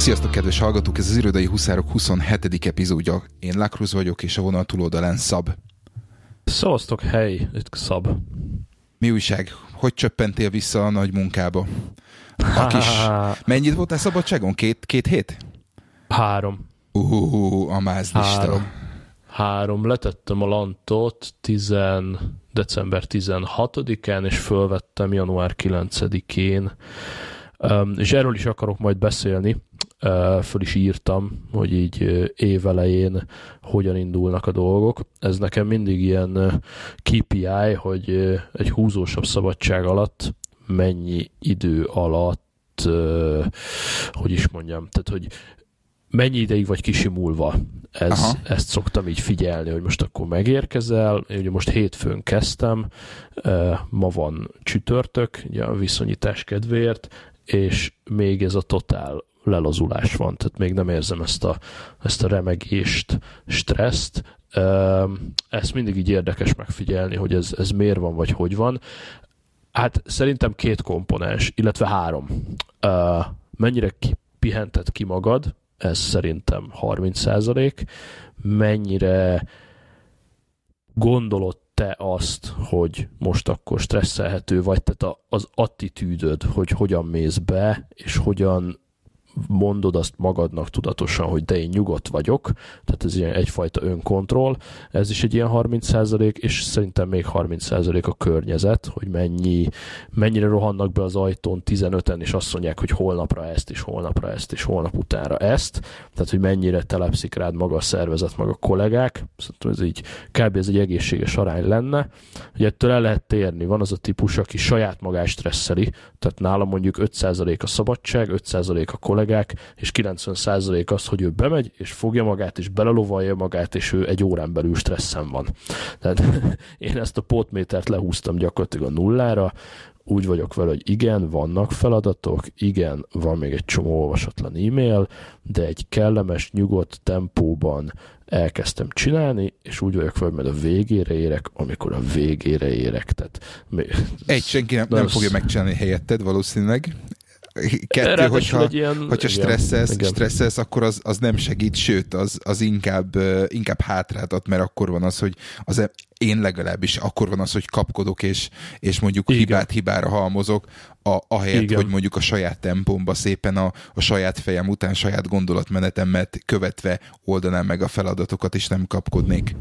Sziasztok, kedves hallgatók! Ez az Irodai Huszárok 27. epizódja. Én Lakruz vagyok, és a vonal túloldalán Szab. Szavaztok, hely, itt Szab. Mi újság? Hogy csöppentél vissza a nagy munkába? A kis... Mennyit voltál szabadságon? Két hét? 3. A mázlista. 3. Letettem a lantot december 16-án, és fölvettem január 9-én. És erről is akarok majd beszélni. Föl is írtam, hogy így évelején hogyan indulnak a dolgok. Ez nekem mindig ilyen KPI, hogy egy húzósabb szabadság alatt mennyi idő alatt, hogy is mondjam, tehát hogy mennyi ideig vagy kisimulva. Ezt szoktam így figyelni, hogy most akkor megérkezel. Én ugye most hétfőn kezdtem, ma van csütörtök, ugye a viszonyítás kedvéért, és még ez a totál lelazulás van, tehát még nem érzem ezt a remegést, stresszt. Ezt mindig így érdekes megfigyelni, hogy ez miért van, vagy hogy van. Hát szerintem 2 komponens, illetve 3. Mennyire pihented ki magad, ez szerintem 30%. Mennyire gondolod te azt, hogy most akkor stresszelhető vagy, tehát az attitűdöd, hogy hogyan mész be, és hogyan mondod azt magadnak tudatosan, hogy de én nyugodt vagyok, tehát ez ilyen egyfajta önkontroll, ez is egy ilyen 30%, és szerintem még 30% a környezet, hogy mennyire rohannak be az ajtón 15-en, és azt mondják, hogy holnapra ezt, és holnapra ezt, és holnap utánra ezt, tehát hogy mennyire telepszik rád maga a szervezet, maga a kollégák, szerintem ez így kb. Ez egy egészséges arány lenne, hogy ettől el lehet térni, van az a típus, aki saját magát stresszeli, tehát nálam mondjuk 5% a szabadság, 5% a kollégák, és 90% az, hogy ő bemegy, és fogja magát, és belelovalja magát, és ő egy órán belül stresszen van. Tehát én ezt a potmétert lehúztam gyakorlatilag a nullára, úgy vagyok vele, hogy igen, vannak feladatok, igen, van még egy csomó olvasatlan e-mail, de egy kellemes, nyugodt tempóban elkezdtem csinálni, és úgy vagyok vele, hogy majd a végére érek, amikor a végére érek. Tehát, senki nem fogja megcsinálni helyetted valószínűleg. 2, hogyha stresszelsz, akkor az nem segít, sőt, az inkább hátráltat, mert akkor van az, hogy én legalábbis akkor van az, hogy kapkodok, és mondjuk hibára halmozok, ahelyett, hogy mondjuk a saját tempómba szépen a saját fejem után, saját gondolatmenetemet követve oldanám meg a feladatokat, és nem kapkodnék.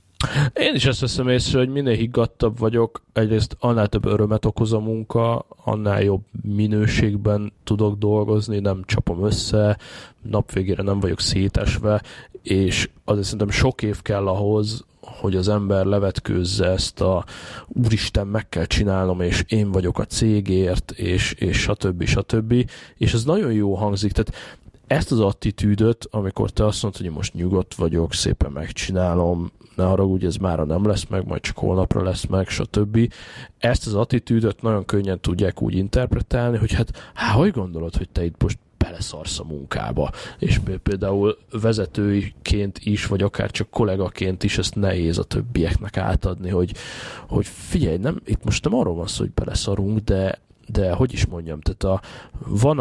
Én is ezt veszem észre, hogy minél higgadtabb vagyok, egyrészt annál több örömet okoz a munka, annál jobb minőségben tudok dolgozni, nem csapom össze, napvégére nem vagyok szétesve, és azért szerintem sok év kell ahhoz, hogy az ember levetkőzze ezt a úristen, meg kell csinálnom, és én vagyok a cégért, és stb. És ez nagyon jó hangzik, tehát ezt az attitűdöt, amikor te azt mondod, hogy én most nyugodt vagyok, szépen megcsinálom, ne haragudj, ez mára nem lesz meg, majd csak holnapra lesz meg, stb. Ezt az attitűdöt nagyon könnyen tudják úgy interpretálni, hogy hogy gondolod, hogy te itt most beleszarsz a munkába. És például vezetőként is, vagy akár csak kollégaként is ezt nehéz a többieknek átadni, hogy figyelj, itt most nem arról van szó, hogy beleszarunk, de hogy is mondjam, tehát van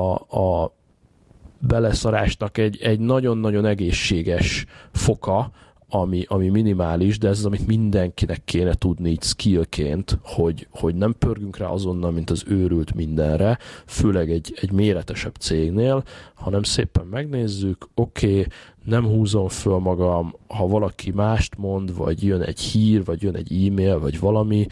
a beleszarásnak egy nagyon-nagyon egészséges foka, ami minimális, de ez az, amit mindenkinek kéne tudni így skillként, hogy nem pörgünk rá azonnal, mint az őrült mindenre, főleg egy méretesebb cégnél, hanem szépen megnézzük, oké, nem húzom föl magam, ha valaki mást mond, vagy jön egy hír, vagy jön egy e-mail, vagy valami,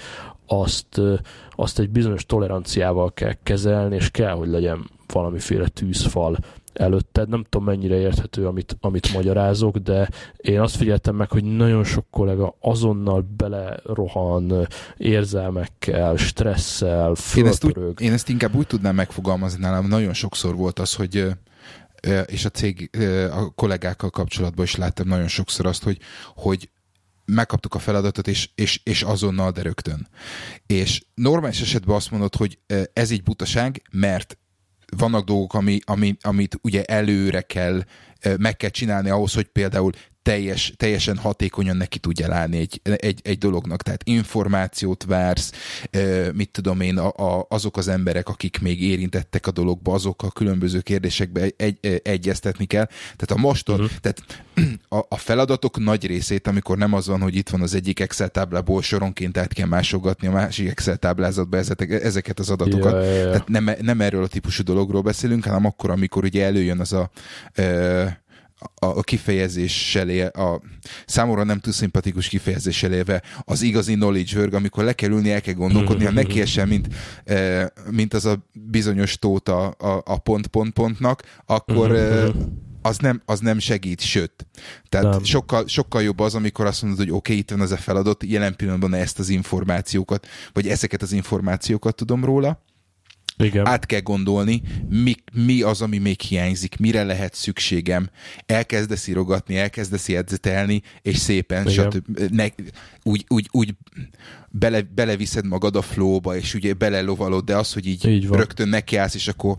azt egy bizonyos toleranciával kell kezelni, és kell, hogy legyen valamiféle tűzfal előtted. Nem tudom, mennyire érthető, amit magyarázok, de én azt figyeltem meg, hogy nagyon sok kollega azonnal belerohan érzelmekkel, stresszel, fölpörög. Én ezt inkább úgy tudnám megfogalmazni, nálam nagyon sokszor volt az, hogy és a kollégákkal kapcsolatban is láttam nagyon sokszor azt, hogy megkaptuk a feladatot, és azonnal, de rögtön. És normális esetben azt mondod, hogy ez így butaság, mert vannak dolgok, amit ugye előre meg kell csinálni ahhoz, hogy például teljesen hatékonyan neki tudjál állni egy dolognak. Tehát információt vársz, mit tudom én, azok az emberek, akik még érintettek a dologba, azokkal különböző kérdésekbe egyeztetni kell. Tehát a moston, tehát a feladatok nagy részét, amikor nem az van, hogy itt van az egyik Excel táblából soronként át kell másolgatni a másik Excel táblázatba ezeket az adatokat. Tehát nem erről a típusú dologról beszélünk, hanem akkor, amikor ugye előjön az a kifejezéssel számomra nem túl szimpatikus kifejezéssel élve az igazi knowledge work, amikor le kell ülni, el kell gondolkodni, ha neki essen, mint az a bizonyos tóta a pontnak, akkor az nem segít, sőt. Tehát nem. Sokkal jobb az, amikor azt mondod, hogy oké, itt van ez a feladat, jelen pillanatban ezt az információkat, vagy ezeket az információkat tudom róla. Igen. Át kell gondolni, mi az, ami még hiányzik, mire lehet szükségem. Elkezdesz írogatni, elkezdesz jegyzetelni, és szépen úgy beleviszed magad a flowba, és ugye belelovalod, de az, hogy így rögtön nekiállsz, és akkor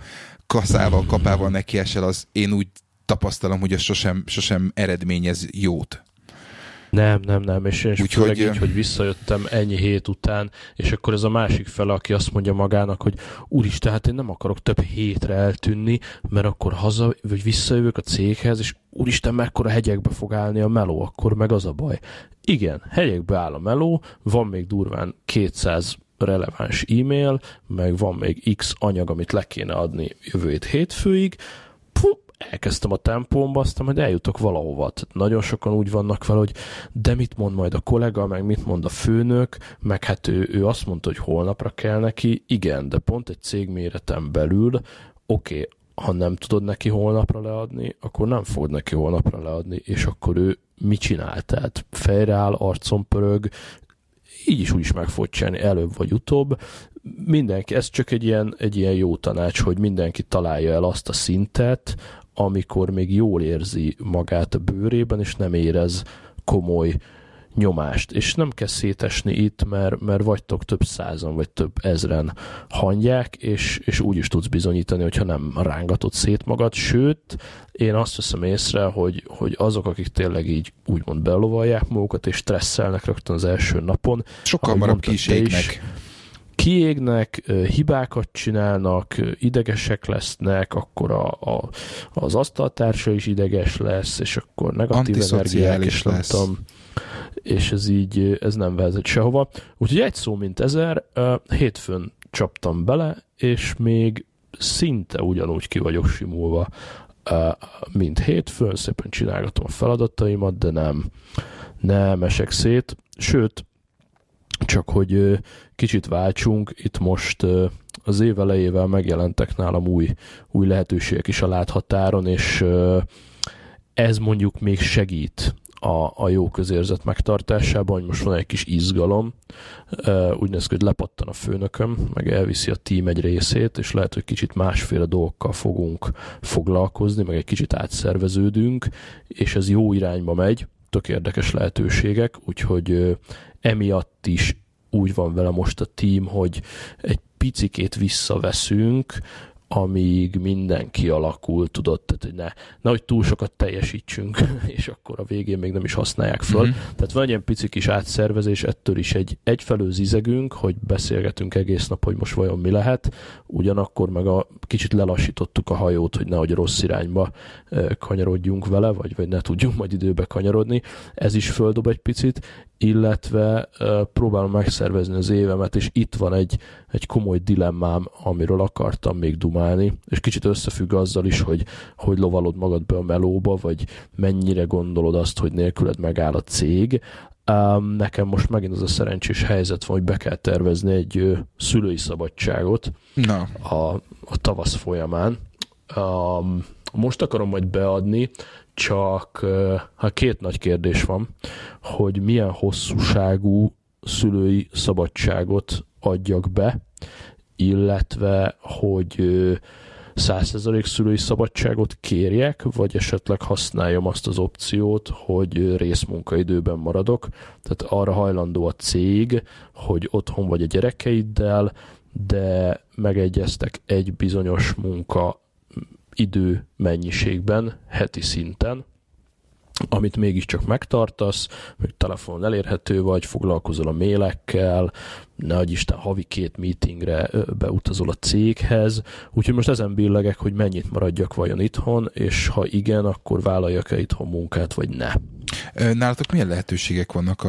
kapával nekiesel, az én úgy tapasztalom, hogy az sosem eredményez jót. Nem, és főleg így, hogy visszajöttem ennyi hét után, és akkor ez a másik fele, aki azt mondja magának, hogy úristen, hát én nem akarok több hétre eltűnni, mert akkor vagy visszajövök a céghez, és úristen, mekkora hegyekbe fog állni a meló, akkor meg az a baj. Igen, hegyekbe áll a meló, van még durván 200 releváns e-mail, meg van még X anyag, amit le kéne adni jövő hétfőig. Elkezdtem a tempómba, aztán majd eljutok valahova. Tehát nagyon sokan úgy vannak vele, hogy de mit mond majd a kollega, meg mit mond a főnök, meg hát ő azt mondta, hogy holnapra kell neki. Igen, de pont egy cégméreten belül, oké, ha nem tudod neki holnapra leadni, akkor nem fogod neki holnapra leadni, és akkor ő mit csinál? Tehát fejre áll, arcon pörög, így is úgy is meg fog csinálni előbb vagy utóbb. Mindenki, ez csak egy ilyen jó tanács, hogy mindenki találja el azt a szintet, amikor még jól érzi magát a bőrében, és nem érez komoly nyomást. És nem kell szétesni itt, mert vagytok több százan, vagy több ezren hangyák, és úgy is tudsz bizonyítani, hogyha nem rángatod szét magad. Sőt, én azt veszem észre, hogy azok, akik tényleg így úgymond belovalják magukat, és stresszelnek rögtön az első napon. Sokkal marabb ki is égnek. Kiégnek, hibákat csinálnak, idegesek lesznek, akkor az asztaltársa is ideges lesz, és akkor negatív energiák, és nem tudom, és ez nem vezet sehova. Úgyhogy egy szó mint 1000, hétfőn csaptam bele, és még szinte ugyanúgy ki vagyok simulva, mint hétfőn, szépen csinálgatom a feladataimat, de nem esek szét, sőt, csak hogy kicsit váltsunk, itt most az év elejével megjelentek nálam új lehetőségek is a láthatáron, és ez mondjuk még segít a jó közérzet megtartásában, hogy most van egy kis izgalom, úgy néz ki, hogy lepattan a főnököm, meg elviszi a tím egy részét, és lehet, hogy kicsit másféle dolgokkal fogunk foglalkozni, meg egy kicsit átszerveződünk, és ez jó irányba megy, tök érdekes lehetőségek, úgyhogy emiatt is úgy van vele most a tím, hogy egy picikét visszaveszünk, amíg minden kialakul, tudod, tehát hogy nehogy túl sokat teljesítsünk, és akkor a végén még nem is használják föl. Mm-hmm. Tehát van egy ilyen pici kis átszervezés, ettől is egyfelől zizegünk, hogy beszélgetünk egész nap, hogy most vajon mi lehet, ugyanakkor meg kicsit lelassítottuk a hajót, hogy nehogy rossz irányba kanyarodjunk vele, vagy ne tudjunk majd időbe kanyarodni. Ez is földob egy picit, illetve próbálom megszervezni az évemet, és itt van egy komoly dilemmám, amiről akartam még dumálni, és kicsit összefügg azzal is, hogy lovalod magad be a melóba, vagy mennyire gondolod azt, hogy nélküled megáll a cég. Nekem most megint az a szerencsés helyzet van, hogy be kell tervezni egy szülői szabadságot a tavasz folyamán. Most akarom majd beadni, csak két nagy kérdés van, hogy milyen hosszúságú szülői szabadságot adjak be, illetve hogy 100% szülői szabadságot kérjek, vagy esetleg használjam azt az opciót, hogy részmunkaidőben maradok. Tehát arra hajlandó a cég, hogy otthon vagy a gyerekeiddel, de megegyeztek egy bizonyos munka idő mennyiségben, heti szinten, amit mégiscsak megtartasz, még telefonon elérhető vagy, foglalkozol a mailekkel, nehogy Isten havi 2 meetingre beutazol a céghez, úgyhogy most ezen billegek, hogy mennyit maradjak vajon itthon, és ha igen, akkor vállaljak-e itthon munkát, vagy ne. Nálatok milyen lehetőségek vannak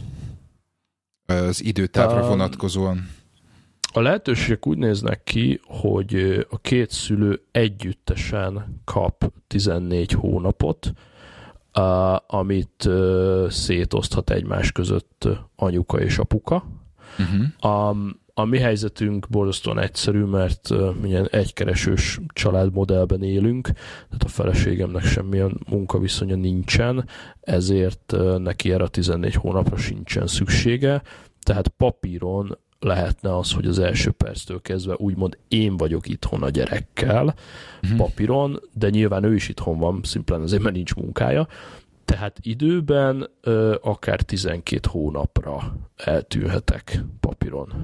az időtávra vonatkozóan? A lehetőségek úgy néznek ki, hogy a 2 szülő együttesen kap 14 hónapot, amit szétoszthat egymás között anyuka és apuka. A mi helyzetünk borzasztóan egyszerű, mert milyen egykeresős családmodellben élünk, tehát a feleségemnek semmilyen munkaviszonya nincsen, ezért neki erre a 14 hónapra sincsen szüksége, tehát papíron lehetne az, hogy az első perctől kezdve úgymond én vagyok itthon a gyerekkel papíron, de nyilván ő is itthon van, szimplán azért, mert nincs munkája, tehát időben akár 12 hónapra eltűnhetek papíron.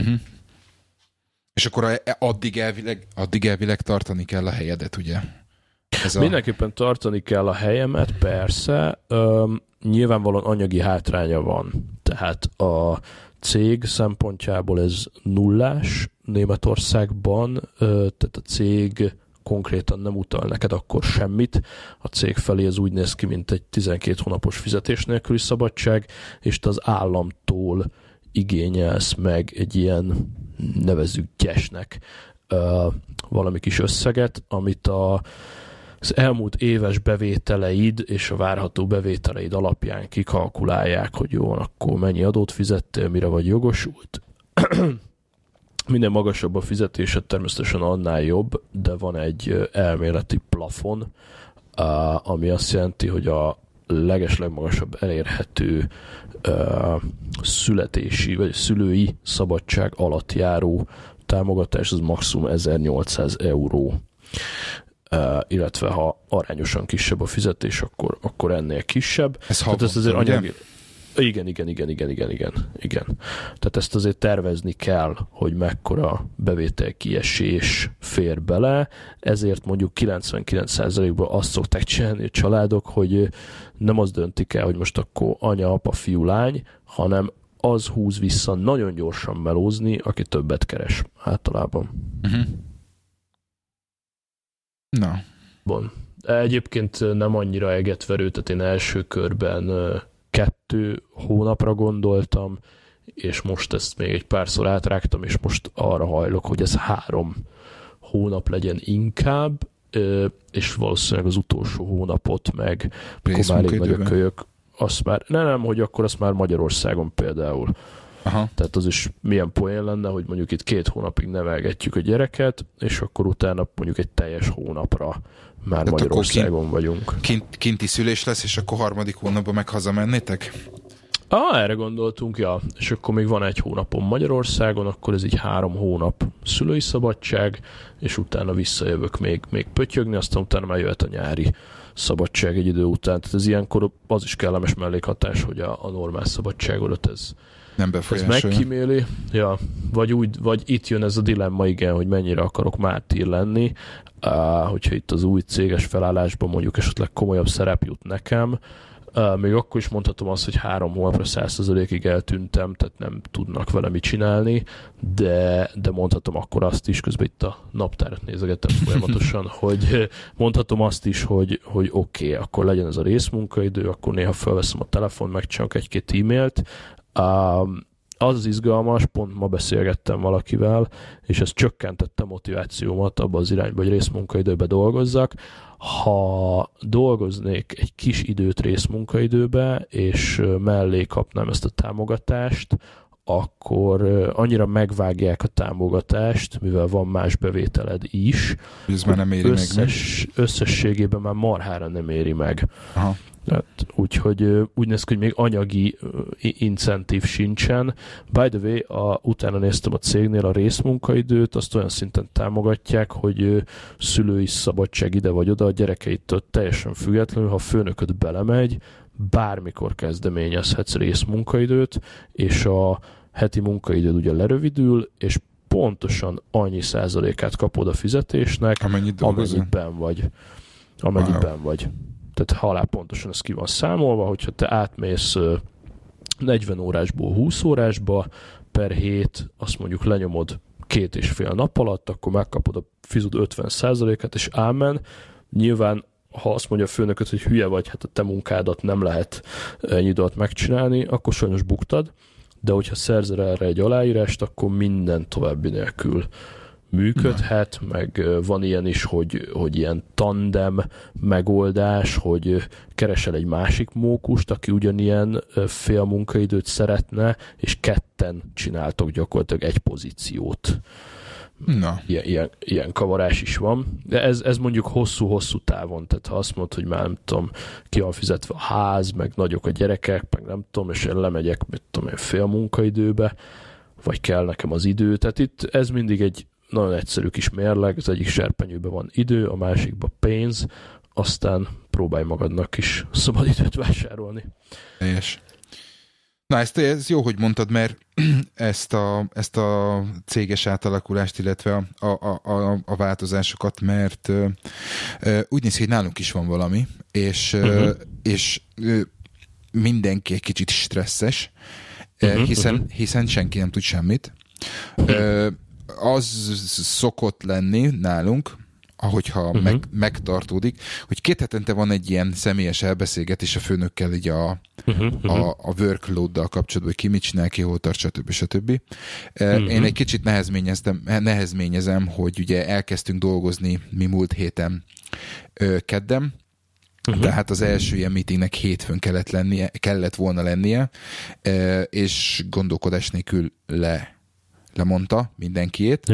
És akkor addig elvileg tartani kell a helyedet, ugye? Mindenképpen tartani kell a helyemet, persze. Nyilvánvalóan anyagi hátránya van. Tehát a cég szempontjából ez nullás Németországban, tehát a cég konkrétan nem utal neked akkor semmit. A cég felé ez úgy néz ki, mint egy 12 hónapos fizetés nélküli szabadság, és te az államtól igényelsz meg egy ilyen, nevezzük gyesnek, valami kis összeget, amit az elmúlt éves bevételeid és a várható bevételeid alapján kikalkulálják, hogy jó, akkor mennyi adót fizettél, mire vagy jogosult. Minden magasabb a fizetésed, természetesen annál jobb, de van egy elméleti plafon, ami azt jelenti, hogy a legeslegmagasabb elérhető születési vagy szülői szabadság alatt járó támogatás az maximum 1800 euró. Illetve ha arányosan kisebb a fizetés, akkor ennél kisebb. Ez havonta, azért anyagi... Igen. Tehát ezt azért tervezni kell, hogy mekkora bevételkiesés fér bele, ezért mondjuk 99%-ban azt szokták csinálni a családok, hogy nem az döntik el, hogy most akkor anya, apa, fiú, lány, hanem az húz vissza nagyon gyorsan melózni, aki többet keres általában. Na. Bon. Egyébként nem annyira egetverő, tehát én első körben 2 hónapra gondoltam, és most ezt még egy párszor átrágtam, és most arra hajlok, hogy ez 3 hónap legyen inkább, és valószínűleg az utolsó hónapot meg, akkor már elég nagy a kölyök, azt már, nem, hogy akkor azt már Magyarországon például. Aha. Tehát az is milyen poén lenne, hogy mondjuk itt 2 hónapig nevelgetjük a gyereket, és akkor utána mondjuk egy teljes hónapra már tehát Magyarországon vagyunk. Kinti szülés lesz, és akkor 3. hónapban meg hazamennétek? Erre gondoltunk, ja. És akkor még van 1 hónapon Magyarországon, akkor ez így 3 hónap szülői szabadság, és utána visszajövök még pötyögni, aztán utána már jöhet a nyári szabadság egy idő után. Tehát ez ilyenkor az is kellemes mellékhatás, hogy a normál szabadságodat ez megkíméli. Ja, vagy itt jön ez a dilemma, igen, hogy mennyire akarok mártír lenni, hogyha itt az új céges felállásban mondjuk esetleg komolyabb szerep jut nekem, még akkor is mondhatom azt, hogy 3 hónapra 100%-ig eltűntem, tehát nem tudnak vele mit csinálni, de mondhatom akkor azt is, közben itt a naptárat nézegettem folyamatosan, hogy mondhatom azt is, hogy oké, akkor legyen ez a részmunkaidő, akkor néha felveszem a telefon, megcsinálok 1-2 e-mailt. Az izgalmas, pont ma beszélgettem valakivel, és ez csökkentette motivációmat abba az irányba, hogy részmunkaidőbe dolgozzak. Ha dolgoznék egy kis időt részmunkaidőbe, és mellé kapnám ezt a támogatást, akkor annyira megvágják a támogatást, mivel van más bevételed is. Ez már nem éri meg. Összességében már marhára nem éri meg. Aha. Tehát, úgyhogy úgy néz ki, hogy még anyagi incentív sincsen. By the way, utána néztem a cégnél a részmunkaidőt, azt olyan szinten támogatják, hogy szülői szabadság ide vagy oda, a gyerekeitől teljesen függetlenül, ha a főnököd belemegy, bármikor kezdeményezhetsz részmunkaidőt, és a heti munkaidőd ugye lerövidül, és pontosan annyi százalékát kapod a fizetésnek, amennyiben vagy. Wow. vagy. Tehát halálpontosan ez ki van számolva, hogyha te átmész 40 órásból 20 órásba per hét, azt mondjuk lenyomod 2,5 nap alatt, akkor megkapod a fizud 50%-át, és ámen. Nyilván, ha azt mondja a főnököt, hogy hülye vagy, hát a te munkádat nem lehet ennyi idő alatt megcsinálni, akkor sajnos buktad, de hogyha szerzel erre egy aláírást, akkor minden további nélkül működhet, meg van ilyen is, hogy ilyen tandem megoldás, hogy keresel egy másik mókust, aki ugyanilyen fél munkaidőt szeretne, és ketten csináltok gyakorlatilag egy pozíciót. Na. Ilyen kavarás is van. De ez mondjuk hosszú-hosszú távon, tehát ha azt mondod, hogy már nem tudom, ki van fizetve a ház, meg nagyok a gyerekek, meg nem tudom, és én lemegyek, mit tudom én, fél munkaidőbe, vagy kell nekem az idő. Tehát itt ez mindig egy nagyon egyszerű kis mérleg, az egyik serpenyőben van idő, a másikban pénz, aztán próbálj magadnak is szabad időt vásárolni. És. Na, ez jó, hogy mondtad, mert ezt a céges átalakulást, illetve a változásokat, mert úgy néz ki, hogy nálunk is van valami, és mindenki egy kicsit stresszes, hiszen senki nem tud semmit. Az szokott lenni nálunk, ahogyha megtartódik, hogy 2 hetente van egy ilyen személyes elbeszélgetés a főnökkel így a workloaddal kapcsolatban, hogy ki mit csinál, ki hol tart, stb. Én egy kicsit nehezményezem, hogy ugye elkezdtünk dolgozni mi múlt héten kedden, tehát az első ilyen meetingnek hétfőn kellett volna lennie, és gondolkodás nélkül lemondta mindenkiét,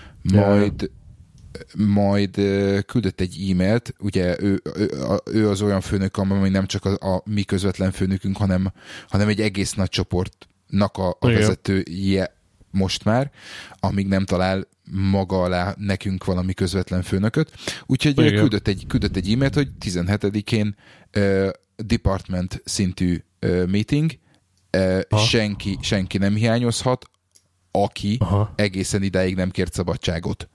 majd küldött egy e-mailt, ugye ő az olyan főnök, ami nem csak a mi közvetlen főnökünk, hanem egy egész nagy csoportnak a vezetője most már, amíg nem talál maga alá nekünk valami közvetlen főnököt. Úgyhogy küldött egy e-mailt, hogy 17-én department szintű meeting, senki nem hiányozhat, aki egészen idáig nem kért szabadságot.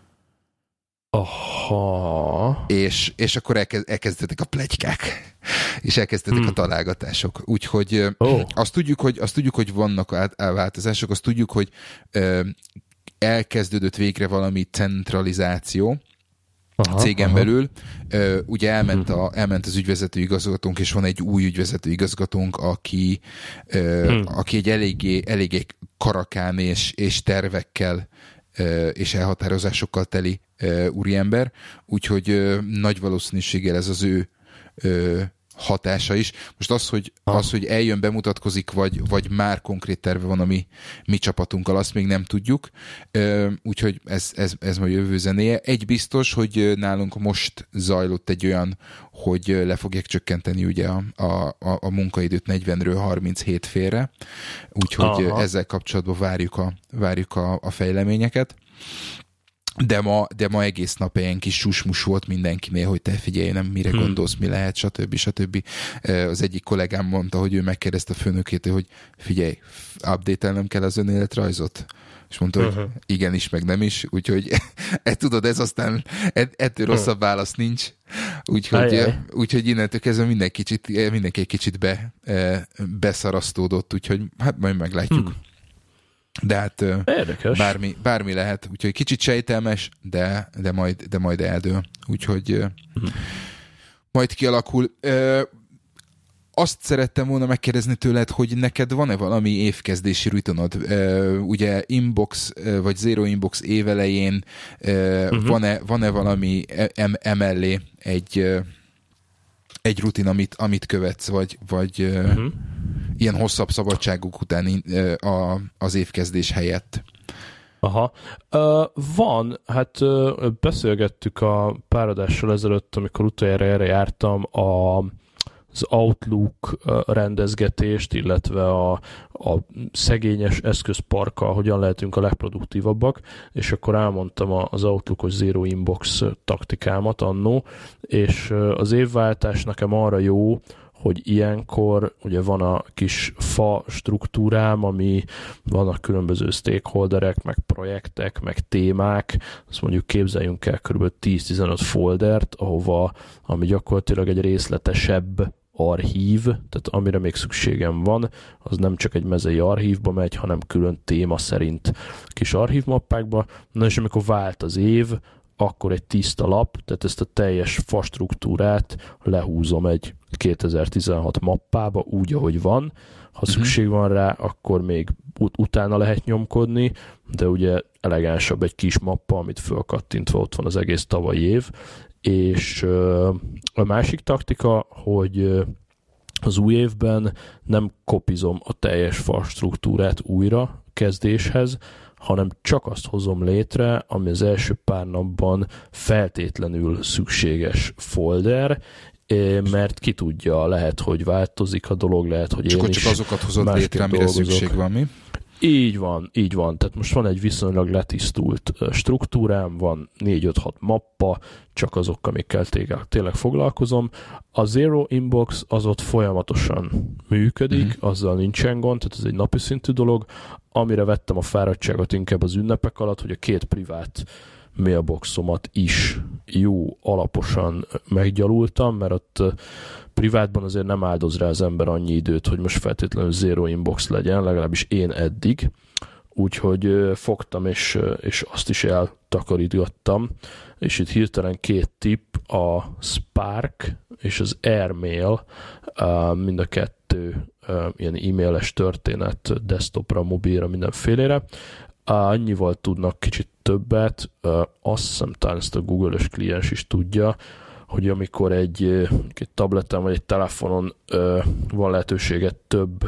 Aha. És akkor elkezdődtek a pletykák, és elkezdődtek a találgatások. Úgyhogy azt tudjuk, hogy vannak változások, azt tudjuk, hogy elkezdődött végre valami centralizáció cégen belül. Ugye elment az ügyvezető igazgatónk, és van egy új ügyvezető igazgatónk, aki egy eléggé karakán és tervekkel és elhatározásokkal teli úriember, úgyhogy nagy valószínűséggel ez az ő hatása is. Most az, hogy eljön, bemutatkozik, vagy már konkrét terve van a mi csapatunkkal, azt még nem tudjuk, úgyhogy ez majd jövő zenéje. Egy biztos, hogy nálunk most zajlott egy olyan, hogy le fogják csökkenteni ugye a munkaidőt 40-ről 37 félre, úgyhogy ezzel kapcsolatban várjuk a fejleményeket. De ma egész nap ilyen kis susmus volt mindenkinél, hogy te figyelj, nem mire gondolsz, mi lehet, stb. Az egyik kollégám mondta, hogy ő megkérdezte a főnökétől, hogy figyelj, update-elnem kell az önéletrajzot? És mondta, hogy igenis, meg nem is, úgyhogy tudod, ez aztán ettől rosszabb válasz nincs. Úgyhogy innentől kezdve mindenki egy kicsit beszarasztódott, úgyhogy hát majd meglátjuk. De hát bármi lehet, úgyhogy kicsit sejtelmes, de majd eldől. Úgyhogy majd kialakul. Azt szerettem volna megkérdezni tőled, hogy neked van-e valami évkezdési rutinod? Ugye inbox, vagy zero inbox évelején van-e valami emellé egy rutin, amit követsz, vagy ilyen hosszabb szabadságok után az évkezdés helyett? Aha. Van, hát beszélgettük a pár adással ezelőtt, amikor utoljára erre jártam, az Outlook rendezgetést, illetve a szegényes eszközparkkal hogyan lehetünk a legproduktívabbak, és akkor elmondtam az Outlookos Zero Inbox taktikámat annó, és az évváltás nekem arra jó, hogy ilyenkor ugye van a kis fa struktúrám, ami vannak különböző stakeholderek, meg projektek, meg témák, azt mondjuk képzeljünk el kb. 10-15 foldert, ami gyakorlatilag egy részletesebb archív, tehát amire még szükségem van, az nem csak egy mezei archívba megy, hanem külön téma szerint kis archívmappákba. Na és amikor vált az év, akkor egy tiszta lap, tehát ezt a teljes fa struktúrát lehúzom egy 2016 mappába, úgy, ahogy van. Ha szükség van rá, akkor még utána lehet nyomkodni, de ugye elegánsabb egy kis mappa, amit fölkattintva ott van az egész tavalyi év. És a másik taktika, hogy az új évben nem kopizom a teljes fa struktúrát újra kezdéshez, hanem csak azt hozom létre, ami az első pár napban feltétlenül szükséges folder, mert ki tudja, lehet, hogy változik a dolog, lehet, hogy csak azokat hozod létre, amire szükség van, mi? Így van. Tehát most van egy viszonylag letisztult struktúrám, van 4-5-6 mappa, csak azok, amikkel tényleg foglalkozom. A Zero Inbox az ott folyamatosan működik, azzal nincsen gond, tehát ez egy napi szintű dolog. Amire vettem a fáradtságot inkább az ünnepek alatt, hogy a 2 privát mailboxomat is jó alaposan meggyalultam, mert ott privátban azért nem áldoz rá az ember annyi időt, hogy most feltétlenül Zero Inbox legyen, legalábbis én eddig. Úgyhogy fogtam, és azt is eltakarítgattam. És itt hirtelen 2 tipp, a Spark és az Airmail, mind a 2 ilyen e-mailes történet desktopra, mobilra, mindenfélére. Annyival tudnak kicsit többet, azt hiszem talán ezt a Google-ös kliens is tudja, hogy amikor egy tableten vagy egy telefonon van lehetőséget több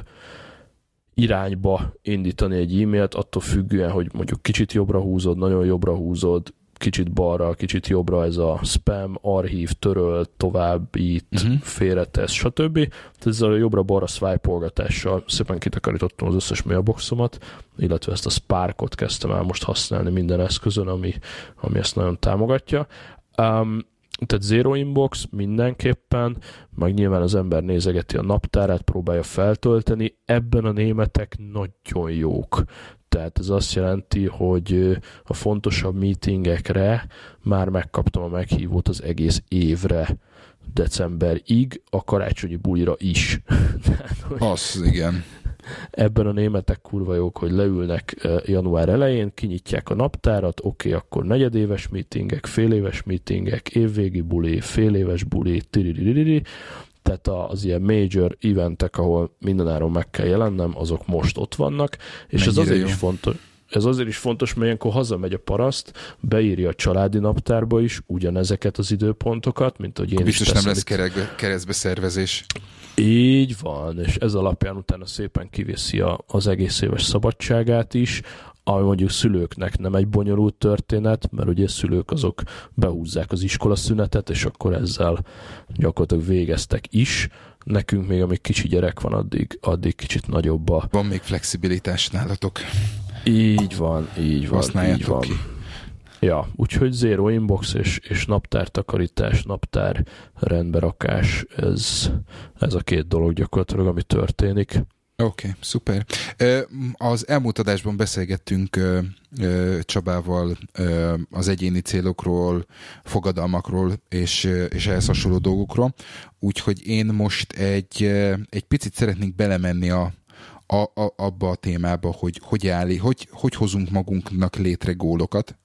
irányba indítani egy e-mailt, attól függően, hogy mondjuk kicsit jobbra húzod, nagyon jobbra húzod, kicsit balra, kicsit jobbra, ez a spam, archív, töröl, továbbít, félretesz, stb. Tehát ezzel a jobbra-balra swipe-olgatással szépen kitakarítottam az összes mailboxomat, illetve ezt a Sparkot kezdtem el most használni minden eszközön, ami ezt nagyon támogatja. Tehát Zero Inbox mindenképpen, meg nyilván az ember nézegeti a naptárát, próbálja feltölteni, ebben a németek nagyon jók. Tehát ez azt jelenti, hogy a fontosabb meetingekre már megkaptam a meghívót az egész évre, decemberig, a karácsonyi bulira is. Az, igen. Ebben a németek kurva jók, hogy leülnek január elején, kinyitják a naptárat, oké, akkor negyedéves meetingek, féléves meetingek, évvégi buli, féléves buli, tehát az ilyen major eventek, ahol mindenáron meg kell jelennem, azok most ott vannak, és ez azért is fontos. Ez azért is fontos, mert ilyenkor hazamegy a paraszt, beírja a családi naptárba is ugyanezeket az időpontokat, mint hogy én biztos is teszem. Biztos nem lesz keresztbeszervezés. Így van, és ez alapján utána szépen kiveszi az egész éves szabadságát is, ami mondjuk szülőknek nem egy bonyolult történet, mert ugye szülők azok behúzzák az iskolaszünetet, és akkor ezzel gyakorlatilag végeztek is. Nekünk még, amíg kicsi gyerek van, addig kicsit nagyobb a... Van még flexibilitás nálatok. Így van. Használjátok ki. Ja, úgyhogy Zero Inbox és naptártakarítás, naptár rendberakás, ez a 2 dolog gyakorlatilag, ami történik. Oké, szuper. Az elmúlt adásban beszélgettünk Csabával az egyéni célokról, fogadalmakról és ehhez hasonló dolgokról, úgyhogy én most egy picit szeretnék belemenni abba a témába, hogy hozunk magunknak létre gólokat,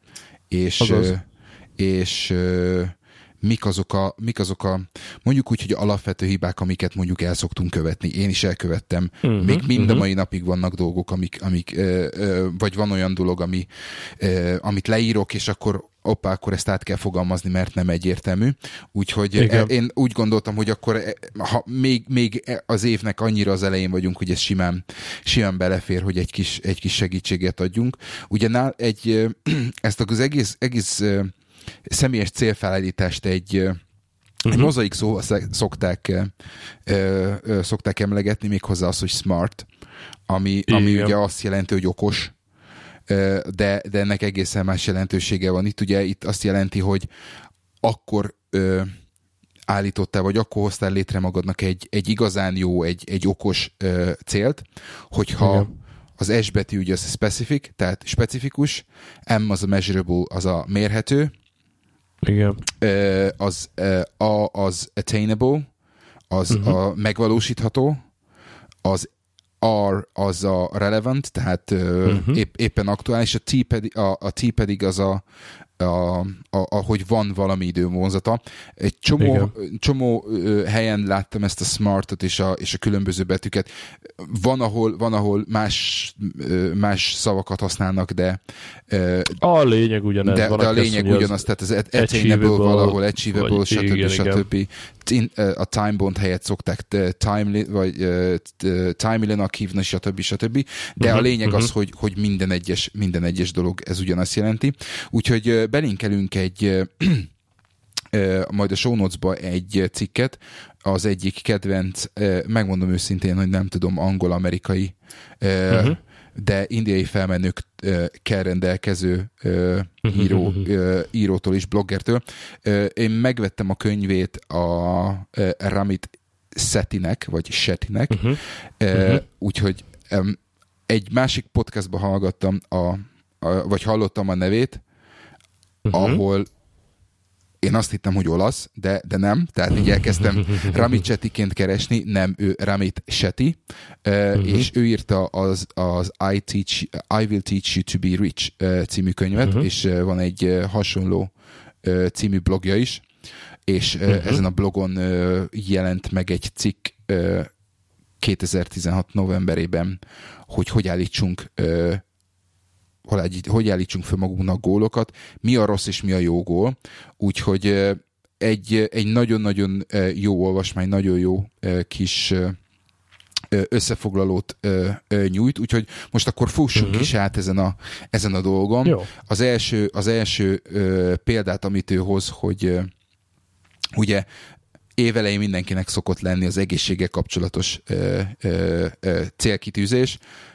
és mik azok a mondjuk úgy, hogy alapvető hibák, amiket mondjuk el szoktunk követni. Én is elkövettem. Még mind a mai napig vannak dolgok, amik vagy van olyan dolog, amit leírok, és akkor akkor ezt át kell fogalmazni, mert nem egyértelmű. Úgyhogy én úgy gondoltam, hogy akkor ha még az évnek annyira az elején vagyunk, hogy ez simán belefér, hogy egy kis segítséget adjunk. Ugye ezt az egész személyes célfelállítást egy mozaik szóval szokták emlegetni, méghozzá az, hogy smart, ami ugye azt jelenti, hogy okos, de ennek egészen más jelentősége van. Itt azt jelenti, hogy akkor állítottál, vagy akkor hoztál létre magadnak egy igazán jó, egy okos célt, hogyha igen. Az S betű ugye az specific, tehát specifikus, M az a measurable, az a mérhető, igen. Az A az attainable, az a megvalósítható, az R az a relevant, tehát éppen aktuális, a T pedig az hogy van valami idővonzata. Egy csomó helyen láttam ezt a smartot és a különböző betűket. Van, ahol más szavakat használnak, de a lényeg ugyanez. De a lényeg ugyanaz, tehát az attainable valahol, achievable, stb. A time bond helyett szokták timely-nak hívni, stb. De a lényeg az, hogy minden egyes dolog ez ugyanazt jelenti. Úgyhogy belinkelünk majd a show notes-ba egy cikket, az egyik kedvenc, megmondom őszintén, hogy nem tudom, angol-amerikai, de indiai felmenőkkel rendelkező írótól és bloggertől. Én megvettem a könyvét a Ramit Sethinek, vagy Shettynek, úgyhogy egy másik podcastban hallgattam, vagy hallottam a nevét, ahol én azt hittem, hogy olasz, de nem, tehát így elkezdtem Ramit Shettyként keresni, nem, ő Ramit Shetty, és ő írta az I Will Teach You to Be Rich című könyvet, és van egy hasonló című blogja is, és ezen a blogon jelent meg egy cikk 2016 novemberében, hogy állítsunk fel magunknak gólokat, mi a rossz és mi a jó gól. Úgyhogy egy nagyon-nagyon jó olvasmány, nagyon jó kis összefoglalót nyújt, úgyhogy most akkor fussunk is át ezen a dolgon. Jó. Az első példát, amit ő hoz, hogy ugye évelején mindenkinek szokott lenni az egészséggel kapcsolatos célkitűzés,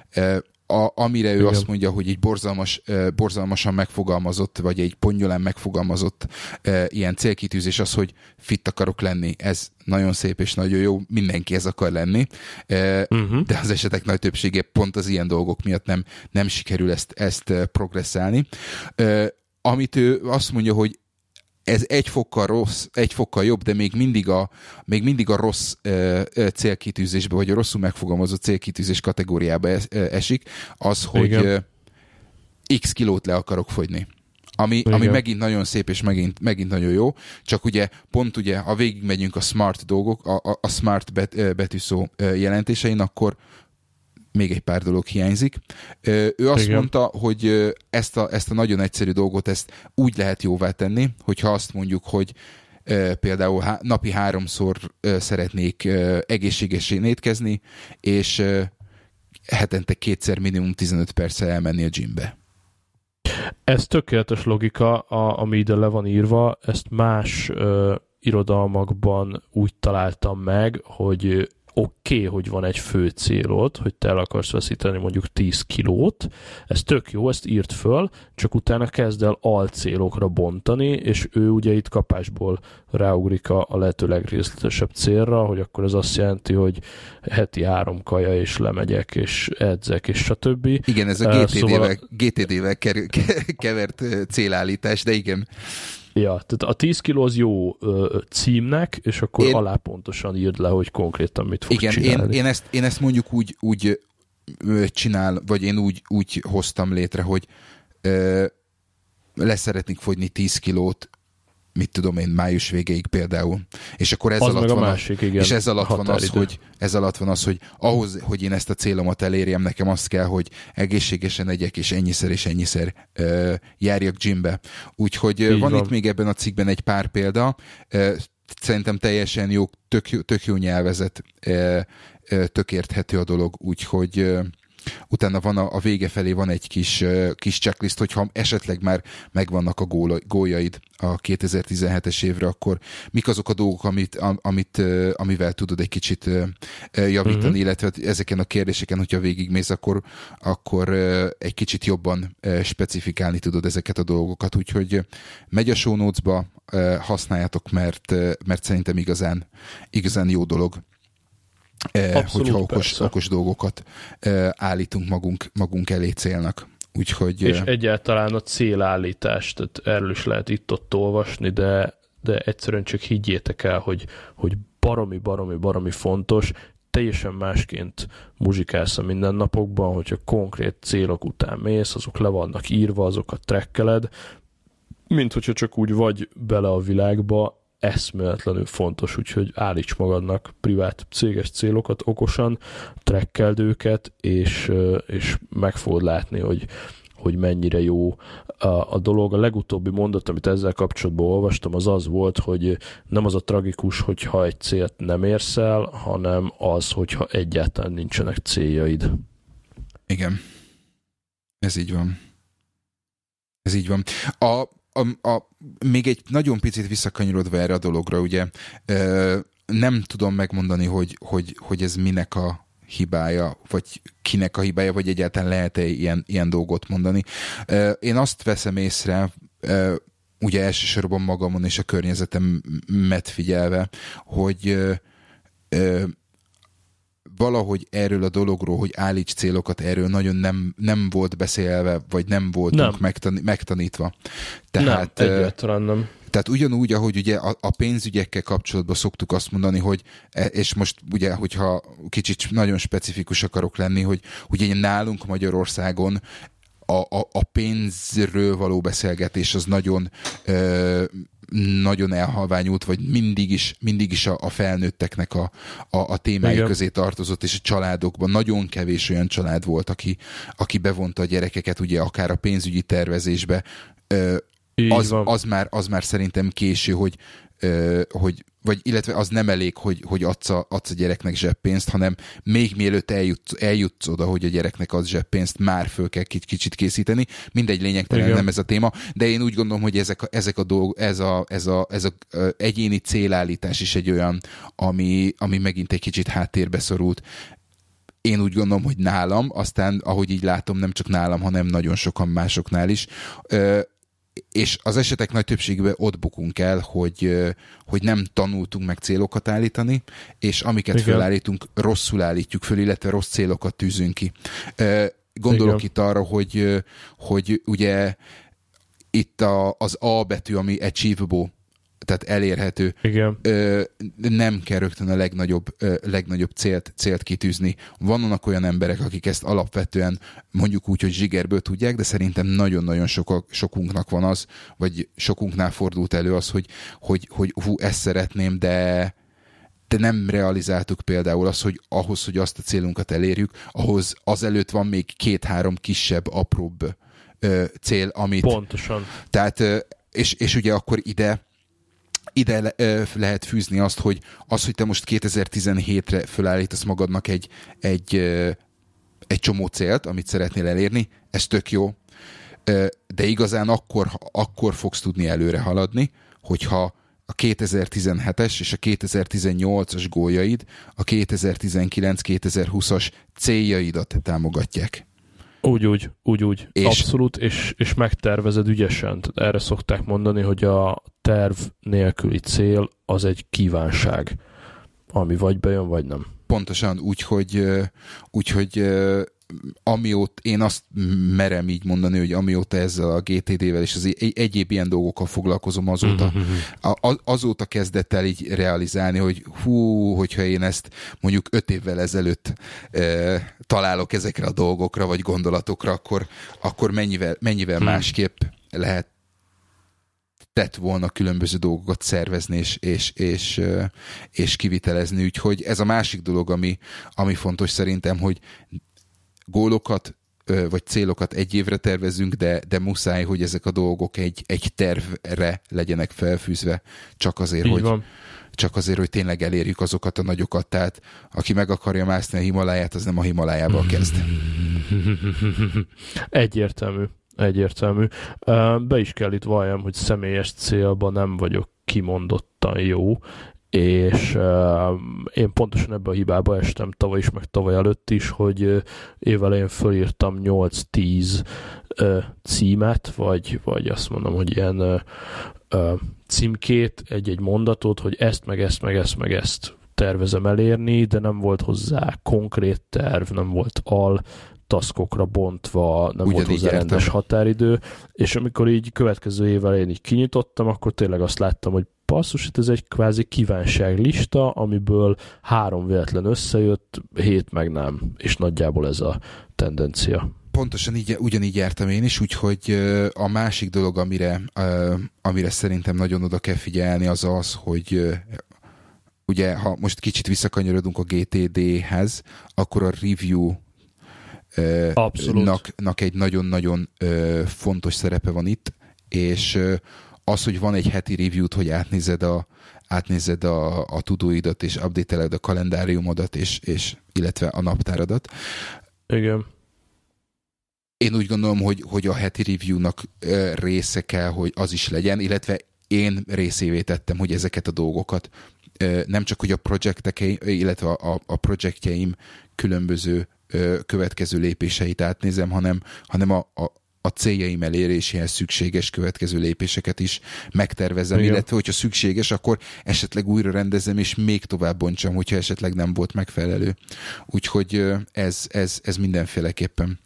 amire ő azt mondja, hogy egy borzalmasan megfogalmazott, vagy egy ponnyolán megfogalmazott ilyen célkitűzés az, hogy fit akarok lenni. Ez nagyon szép és nagyon jó, mindenki ez akar lenni, de az esetek nagy többsége pont az ilyen dolgok miatt nem sikerül ezt progresszálni. Amit ő azt mondja, hogy ez egy fokkal jobb, de még mindig a rossz célkitűzésbe, vagy a rosszul megfogalmazott célkitűzés kategóriába esik, az, hogy x kilót le akarok fogyni. Ami megint nagyon szép, és megint nagyon jó, csak ugye pont ugye, ha végigmegyünk a smart dolgok, a smart betűszó jelentésein, akkor még egy pár dolog hiányzik. Ő azt mondta, hogy ezt a nagyon egyszerű dolgot ezt úgy lehet jóvá tenni, hogyha azt mondjuk, hogy például napi 3-szor szeretnék egészségesen étkezni, és hetente 2-szer minimum 15 perccel elmenni a gymbe. Ez tökéletes logika, ami ide le van írva, ezt más irodalmakban úgy találtam meg, hogy oké, hogy van egy fő célod, hogy te el akarsz veszíteni mondjuk 10 kilót, ez tök jó, ezt írt föl, csak utána kezd el alcélokra bontani, és ő ugye itt kapásból ráugrik a lehető legrészletesebb célra, hogy akkor ez azt jelenti, hogy heti 3 kaja, és lemegyek, és edzek, és stb. Igen, ez a GTD-vel kevert célállítás, de igen. Ja, tehát a 10 kiló az jó címnek, és akkor alá pontosan írd le, hogy konkrétan mit fogsz csinálni. Én ezt mondjuk úgy csinál, vagy én úgy hoztam létre, hogy leszeretnék fogyni 10 kilót, mit tudom én, május végéig például. És akkor ez alatt van az, hogy ahhoz, hogy én ezt a célomat elérjem, nekem azt kell, hogy egészségesen egyek, és ennyiszer járjak gymbe. Úgyhogy van itt még ebben a cikkben egy pár példa. Szerintem teljesen jó, tök jó nyelvezet, tök érthető a dolog, úgyhogy utána van a vége felé van egy kis checklist, hogyha esetleg már megvannak a góljaid a 2017-es évre, akkor mik azok a dolgok, amivel tudod egy kicsit javítani, illetve ezeken a kérdéseken, hogyha végigmész, akkor egy kicsit jobban specifikálni tudod ezeket a dolgokat, úgyhogy megy a show notes-ba, használjátok, mert szerintem igazán jó dolog. Abszolút, hogyha okos dolgokat állítunk magunk elé célnak. Úgyhogy, és egyáltalán a célállítás, tehát erről is lehet itt-ott olvasni, de egyszerűen csak higgyétek el, hogy baromi fontos, teljesen másként muzsikálsz a mindennapokban, hogyha konkrét célok után mész, azok le vannak írva, azokat trekkeled, mint hogyha csak úgy vagy bele a világba, eszméletlenül fontos, úgyhogy állíts magadnak privát céges célokat okosan, trekkeld őket, és meg fogod látni, hogy mennyire jó a dolog. A legutóbbi mondat, amit ezzel kapcsolatban olvastam, az volt, hogy nem az a tragikus, hogyha egy célt nem érsz el, hanem az, hogyha egyáltalán nincsenek céljaid. Igen. Ez így van. Még egy nagyon picit visszakanyarodva erre a dologra, ugye nem tudom megmondani, hogy ez minek a hibája, vagy kinek a hibája, vagy egyáltalán lehet-e ilyen dolgot mondani. Én azt veszem észre, ugye elsősorban magamon és a környezetemet figyelve, hogy valahogy erről a dologról, hogy állíts célokat, erről nagyon nem volt beszélve, vagy nem voltunk megtanítva. Tehát, nem, egyáltalán nem. Tehát ugyanúgy, ahogy ugye a pénzügyekkel kapcsolatban szoktuk azt mondani, hogy, és most ugye, hogyha kicsit nagyon specifikus akarok lenni, hogy ugye nálunk Magyarországon a pénzről való beszélgetés az nagyon elhalványult, vagy mindig is a felnőtteknek a témái közé tartozott, és a családokban nagyon kevés olyan család volt, aki bevonta a gyerekeket, ugye akár a pénzügyi tervezésbe. Az már szerintem késő, vagy illetve az nem elég, hogy adsz a gyereknek zseppénzt, hanem még mielőtt eljutsz oda, hogy a gyereknek adsz zseppénzt, már föl kell kicsit készíteni. Mindegy, lényegtelen nem ez a téma, de én úgy gondolom, hogy ezek a dolgok, ez a egyéni célállítás is egy olyan, ami megint egy kicsit háttérbe szorult. Én úgy gondolom, hogy nálam, aztán ahogy így látom, nem csak nálam, hanem nagyon sokan másoknál is, és az esetek nagy többségében ott bukunk el, hogy nem tanultunk meg célokat állítani, és amiket fölállítunk, rosszul állítjuk föl, illetve rossz célokat tűzünk ki. Gondolok itt arra, hogy ugye itt az A betű, ami achievable, tehát elérhető. Nem kell rögtön a legnagyobb célt kitűzni. Vannak olyan emberek, akik ezt alapvetően mondjuk úgy, hogy zsigerből tudják, de szerintem nagyon-nagyon sokunknak van az, vagy sokunknál fordult elő az, hogy ezt szeretném, de nem realizáltuk például azt, hogy ahhoz, hogy azt a célunkat elérjük, ahhoz azelőtt van még 2-3 kisebb, apróbb cél, amit... Pontosan. Tehát, és ugye akkor ide lehet fűzni azt, hogy te most 2017-re fölállítasz magadnak egy csomó célt, amit szeretnél elérni, ez tök jó, de igazán akkor fogsz tudni előre haladni, hogyha a 2017-es és a 2018-as góljaid a 2019-2020-as céljaidat támogatják. Úgy. Abszolút, és megtervezed ügyesen. Erre szokták mondani, hogy a terv nélküli cél az egy kívánság, ami vagy bejön, vagy nem. Pontosan, úgyhogy amióta, én azt merem így mondani, hogy amióta ezzel a GTD-vel és az egyéb ilyen dolgokkal foglalkozom, azóta kezdett el így realizálni, hogy hogyha én ezt mondjuk 5 évvel ezelőtt találok ezekre a dolgokra, vagy gondolatokra, akkor mennyivel másképp lehet tett volna különböző dolgokat szervezni és kivitelezni. Úgyhogy ez a másik dolog, ami fontos szerintem, hogy gólokat vagy célokat egy évre tervezünk, de muszáj, hogy ezek a dolgok egy tervre legyenek felfűzve, csak azért, csak azért, hogy tényleg elérjük azokat a nagyokat. Tehát aki meg akarja mászni a Himaláját, az nem a Himalájával kezd. Egyértelmű. Be is kell itt valljam, hogy személyes célban nem vagyok kimondottan jó, és én pontosan ebbe a hibába estem tavaly is, meg tavaly előtt is, hogy évelején fölírtam 8-10 címet, vagy azt mondom, hogy ilyen címkét, egy mondatot, hogy ezt tervezem elérni, de nem volt hozzá konkrét terv, nem volt taskokra bontva, nem volt hozzá rendes határidő, és amikor így következő évvel én így kinyitottam, akkor tényleg azt láttam, hogy basszus, ez egy kvázi kívánságlista, amiből 3 véletlen összejött, 7 meg nem, és nagyjából ez a tendencia. Pontosan ugyanígy jártam én is, úgyhogy a másik dolog, amire szerintem nagyon oda kell figyelni, az az, hogy ugye, ha most kicsit visszakanyarodunk a GTD-hez, akkor a review nak egy nagyon-nagyon fontos szerepe van itt, és az, hogy van egy heti review-t, hogy átnézed a tudóidat, és update-eled a kalendáriumodat, és illetve a naptáradat. Igen. Én úgy gondolom, hogy a heti review-nak része kell, hogy az is legyen, illetve én részévé tettem, hogy ezeket a dolgokat nem csak, hogy a projektekeim, illetve a projektjeim különböző következő lépéseit átnézem, hanem a céljaim eléréséhez szükséges következő lépéseket is megtervezem, igen. Illetve, hogyha szükséges, akkor esetleg újra rendezem, és még tovább bontsam, hogyha esetleg nem volt megfelelő. Úgyhogy ez mindenféleképpen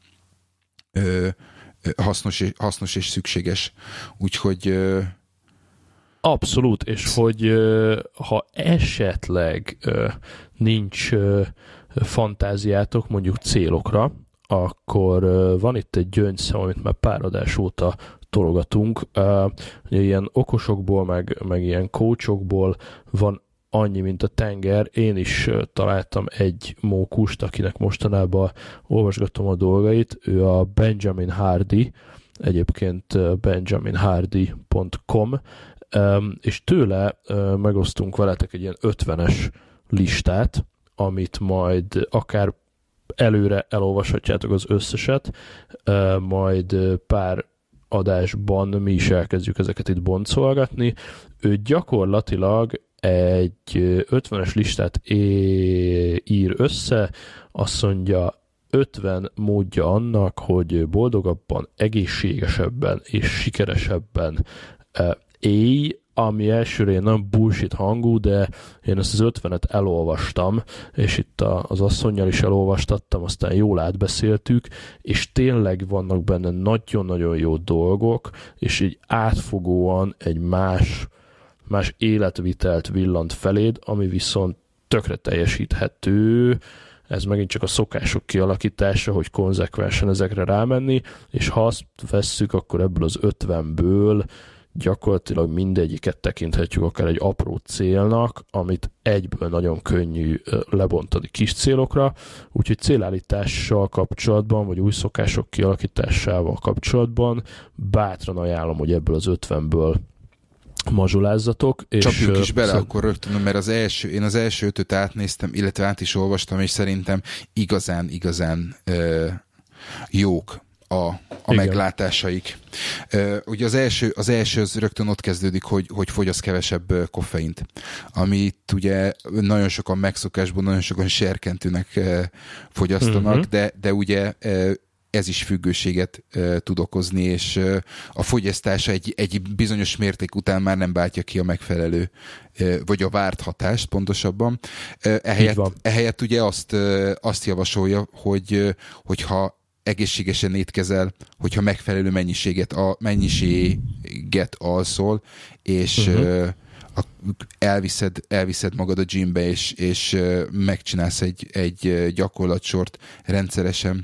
hasznos és szükséges. Úgyhogy abszolút, és hogy ha esetleg nincs fantáziátok mondjuk célokra, akkor van itt egy gyöngyszem, amit már pár adás óta tologatunk. Ilyen okosokból, meg ilyen coachokból van annyi, mint a tenger. Én is találtam egy mókust, akinek mostanában olvasgatom a dolgait. Ő a Benjamin Hardy, egyébként benjaminhardy.com, és tőle megosztunk veletek egy ilyen 50-es listát, amit majd akár előre elolvashatjátok az összeset, majd pár adásban mi is elkezdjük ezeket itt boncolgatni. Ő gyakorlatilag egy 50-es listát ír össze, azt mondja 50 módja annak, hogy boldogabban, egészségesebben és sikeresebben élj, ami elsőre nem bullshit hangú, de én ezt az 50-et elolvastam, és itt az asszonnyal is elolvastattam, aztán jól átbeszéltük, és tényleg vannak benne nagyon-nagyon jó dolgok, és így átfogóan egy más életvitelt villant feléd, ami viszont tökre teljesíthető. Ez megint csak a szokások kialakítása, hogy konzekvensen ezekre rámenni, és ha azt vesszük, akkor ebből az 50-ből gyakorlatilag mindegyiket tekinthetjük akár egy apró célnak, amit egyből nagyon könnyű lebontani kis célokra, úgyhogy célállítással kapcsolatban, vagy új szokások kialakításával kapcsolatban bátran ajánlom, hogy ebből az 50-ből mazsolázzatok. Csapjunk is bele akkor rögtön, mert én az első 5-öt átnéztem, illetve át is olvastam, és szerintem igazán jók a meglátásaik. Ugye az első az rögtön ott kezdődik, hogy fogyasz kevesebb koffeint, amit ugye nagyon sokan megszokásból, nagyon sokan serkentőnek fogyasztanak, de ugye ez is függőséget tud okozni, és a fogyasztása egy bizonyos mérték után már nem váltja ki a megfelelő, vagy a várt hatást pontosabban. Ehelyett ugye azt javasolja, hogyha egészségesen étkezel, hogyha megfelelő mennyiséget alszol, és elviszed magad a gymbe, és megcsinálsz egy gyakorlatsort rendszeresen,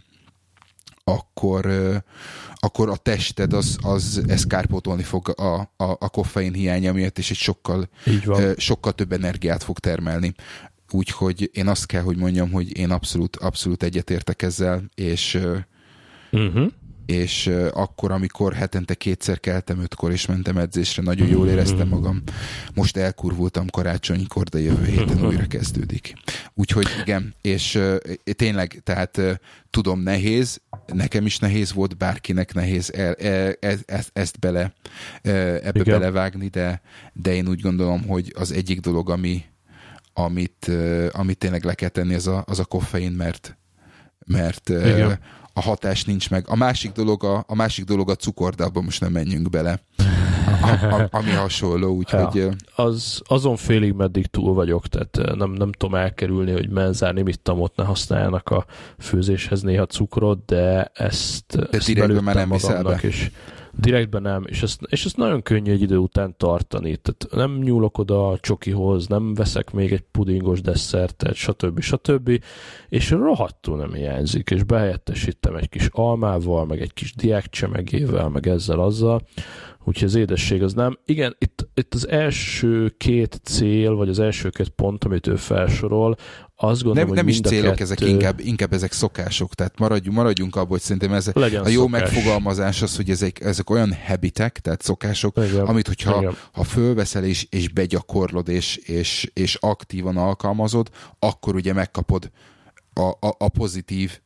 akkor a tested ezt kárpótolni fog a koffein hiánya miatt, és sokkal több energiát fog termelni. Úgyhogy én azt kell, hogy mondjam, hogy én abszolút egyetértek ezzel, és és akkor, amikor hetente 2-szer keltem 5-kor, és mentem edzésre, nagyon jól éreztem magam. Most elkurvultam karácsonykor, de jövő héten újra kezdődik. Úgyhogy igen, és tényleg, tehát tudom, nehéz, nekem is nehéz volt, bárkinek nehéz ezt ebbe belevágni, de én úgy gondolom, hogy az egyik dolog, amit tényleg le kell tenni, az a koffein, mert a hatás nincs meg. A másik dolog a cukor, de abban most nem menjünk bele. Ami hasonló, úgyhogy... Ja, azon félig meddig túl vagyok, tehát nem tudom elkerülni, hogy menzárni mittamot ne használjanak a főzéshez néha cukrot, de ezt direktben már nem viszel be. Direktben nem, és ezt nagyon könnyű egy idő után tartani. Tehát nem nyúlok oda a csokihoz, nem veszek még egy pudingos desszertet, stb. És rohadtul nem hiányzik, és behelyettesítem egy kis almával, meg egy kis diákcsemegével, meg ezzel-azzal. Úgyhogy az édesség az nem. Igen, itt az első 2 cél, vagy az első 2 pont, amit ő felsorol, azt gondolom, nem is célok, ezek inkább ezek szokások, tehát maradjunk abban, hogy szerintem ez a jó szokás. Megfogalmazás az, hogy ezek olyan habitek, tehát szokások, igen, amit hogyha fölveszel és begyakorlod, és aktívan alkalmazod, akkor ugye megkapod a pozitív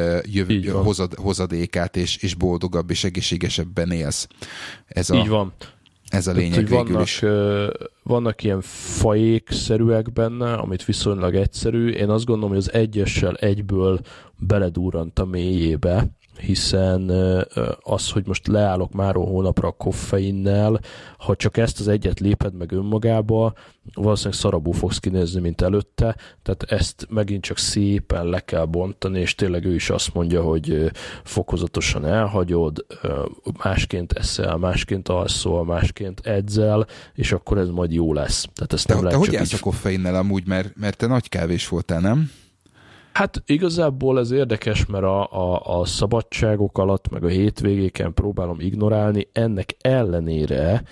hozadékát, és boldogabb és egészségesebben élsz. Így van. Ez a lényeg végül is. Vannak ilyen fajékszerűek benne, amit viszonylag egyszerű. Én azt gondolom, hogy az egyessel egyből beledurrant a mélyébe, hiszen az, hogy most leállok máról hónapra a koffeinnel, ha csak ezt az egyet léped meg önmagába, valószínűleg szarabul fogsz kinézni, mint előtte, tehát ezt megint csak szépen le kell bontani, és tényleg ő is azt mondja, hogy fokozatosan elhagyod, másként eszel, másként alszol, másként edzel, és akkor ez majd jó lesz. Tehát ezt te hogy állsz a koffeinnel amúgy, mert te nagy kávés voltál, nem? Hát igazából ez érdekes, mert a szabadságok alatt, meg a hétvégéken próbálom ignorálni, ennek ellenére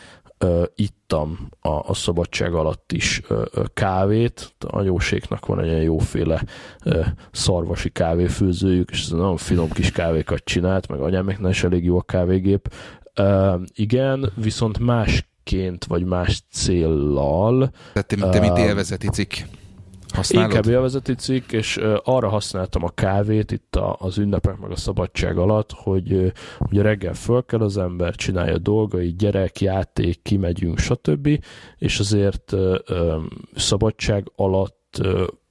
ittam a szabadság alatt is kávét. A anyóséknak van egy ilyen jóféle szarvasi kávéfőzőjük, és ez nagyon finom kis kávékat csinált, meg anyáméknál is elég jó a kávégép. Igen, viszont másként, vagy más céllal. Tehát te mint élvezeti cikk használod? Inkább élvezeti cikk, és arra használtam a kávét itt az ünnepek meg a szabadság alatt, hogy ugye reggel föl kell az ember, csinálja dolgai, gyerek, játék, kimegyünk, stb. És azért szabadság alatt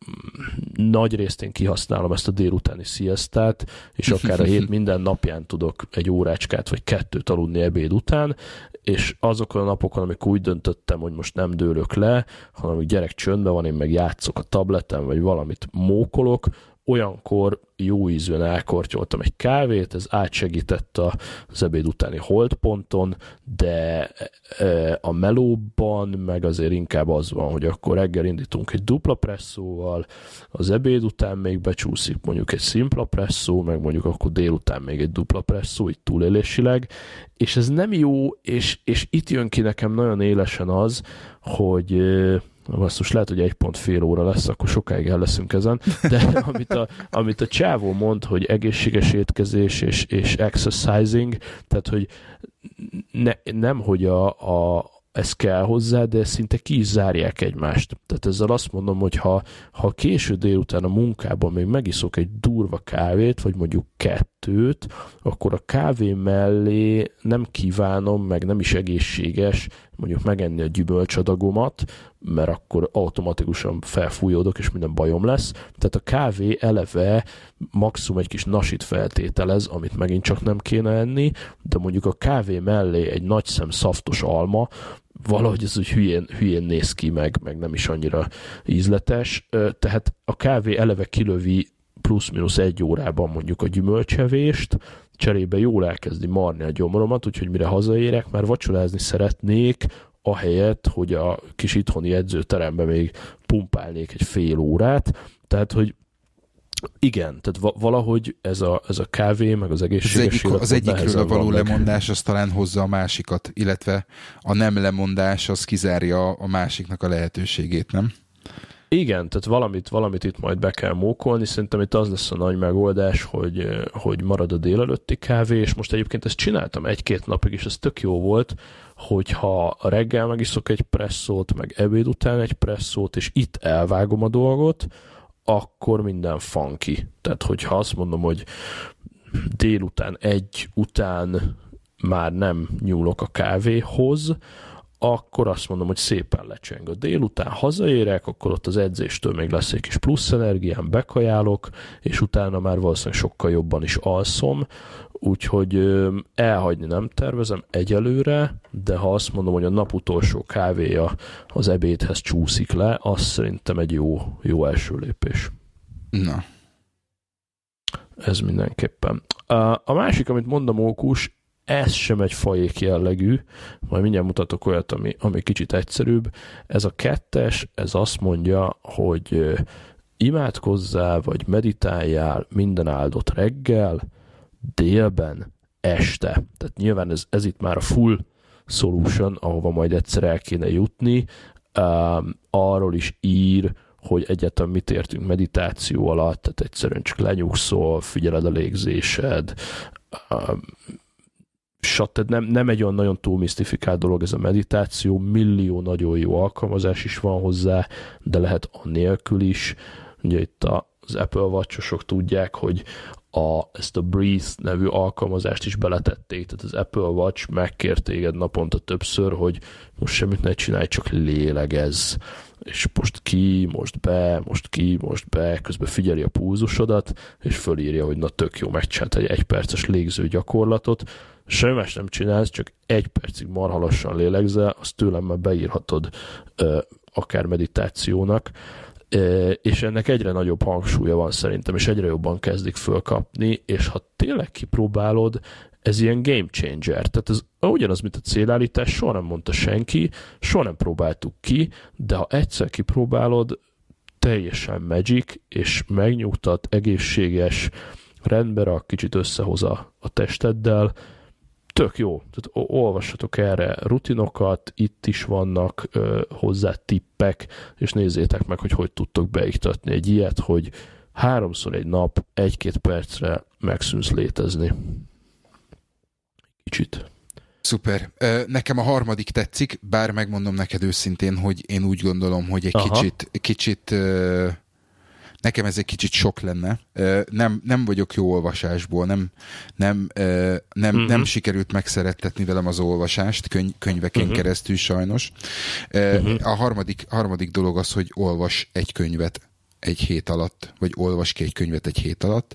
nagy részt én kihasználom ezt a délutáni sziasztát, és akár a hét minden napján tudok egy órácskát vagy 2 aludni ebéd után, és azokon a napokon, amikor úgy döntöttem, hogy most nem dőlök le, hanem hogy gyerek csöndben van, én meg játszok a tableten, vagy valamit mókolok, olyankor jó ízűen elkortyoltam egy kávét, ez átsegített az ebéd utáni holdponton, de a melóban meg azért inkább az van, hogy akkor reggel indítunk egy dupla presszóval, az ebéd után még becsúszik mondjuk egy szimpla presszó, meg mondjuk akkor délután még egy dupla presszó, így túlélésileg, és ez nem jó, és itt jön ki nekem nagyon élesen az, hogy most lehet, hogy 1 pont fél óra lesz, akkor sokáig el leszünk ezen, de amit a csávó mond, hogy egészséges étkezés és exercising, tehát hogy nem, hogy ez kell hozzá, de szinte ki is zárják egymást. Tehát ezzel azt mondom, hogy ha késő délután a munkában még megiszok egy durva kávét, vagy mondjuk 2, akkor a kávé mellé nem kívánom, meg nem is egészséges mondjuk megenni a gyümölcsadagomat, mert akkor automatikusan felfújódok, és minden bajom lesz. Tehát a kávé eleve maximum egy kis nasit feltételez, amit megint csak nem kéne enni, de mondjuk a kávé mellé egy nagy szem szaftos alma, valahogy ez úgy hülyén néz ki, meg nem is annyira ízletes. Tehát a kávé eleve kilövi plusz-minusz 1 órában mondjuk a gyümölcsevést, cserébe jól elkezdi marni a gyomromat, úgyhogy mire hazaérek, már vacsorázni szeretnék, ahelyett, hogy a kis itthoni edzőteremben még pumpálnék egy fél órát. Tehát, hogy igen, tehát valahogy ez a kávé, meg az egészséges életmód az egyikről való lemondás az talán hozza a másikat, illetve a nem lemondás az kizárja a másiknak a lehetőségét, nem? Igen, tehát valamit itt majd be kell mókolni, szerintem itt az lesz a nagy megoldás, hogy marad a délelőtti kávé, és most egyébként ezt csináltam 1-2 napig, és ez tök jó volt, hogyha reggel megiszok egy presszót, meg ebéd után egy presszót, és itt elvágom a dolgot, akkor minden funky. Tehát, hogyha azt mondom, hogy délután 1 után már nem nyúlok a kávéhoz, akkor azt mondom, hogy szépen lecseng a délután, hazaérek, akkor ott az edzéstől még lesz egy kis plusz energiám, bekajálok, és utána már valószínűleg sokkal jobban is alszom, úgyhogy elhagyni nem tervezem egyelőre, de ha azt mondom, hogy a nap utolsó kávéja az ebédhez csúszik le, az szerintem egy jó első lépés. Na. Ez mindenképpen. A másik, amit mondom, Mókus, ez sem egy fajék jellegű, majd mindjárt mutatok olyat, ami kicsit egyszerűbb. Ez a 2-es, ez azt mondja, hogy imádkozzál, vagy meditáljál minden áldott reggel, délben, este. Tehát nyilván ez itt már a full solution, ahova majd egyszer el kéne jutni. Arról is ír, hogy egyáltalán mit értünk meditáció alatt, tehát egyszerűen csak lenyugszol, figyeled a légzésed, nem egy olyan nagyon túl misztifikált dolog ez a meditáció, millió nagyon jó alkalmazás is van hozzá, de lehet annélkül is. Ugye itt az Apple Watch-osok tudják, hogy ezt a Breathe nevű alkalmazást is beletették, tehát az Apple Watch megkér téged naponta többször, hogy most semmit ne csinálj, csak lélegezz. És most ki, most be, most ki, most be, közben figyeli a pulzusodat, és fölírja, hogy na tök jó, megcsinált egy 1 perces légző gyakorlatot, semmi más nem csinálsz, csak 1 percig marha lassan lélegzel, azt tőlem már beírhatod akár meditációnak, és ennek egyre nagyobb hangsúlya van szerintem, és egyre jobban kezdik fölkapni, és ha tényleg kipróbálod, ez ilyen game changer. Tehát ez ugyanaz, mint a célállítás, soha nem mondta senki, soha nem próbáltuk ki, de ha egyszer kipróbálod, teljesen magic, és megnyugtat, egészséges, rendbe rak, kicsit összehoz a testeddel, tök jó. Tehát olvassatok erre rutinokat, itt is vannak hozzá tippek, és nézzétek meg, hogy tudtok beiktatni egy ilyet, hogy 3-szor egy nap, 1-2 percre megszűnsz létezni. Kicsit. Szuper. Nekem a harmadik tetszik, bár megmondom neked őszintén, hogy én úgy gondolom, hogy egy kicsit nekem ez egy kicsit sok lenne. Nem vagyok jó olvasásból, nem sikerült megszerettetni velem az olvasást könyveken keresztül sajnos. A harmadik dolog az, hogy olvas egy könyvet egy hét alatt, vagy olvas ki egy könyvet egy hét alatt.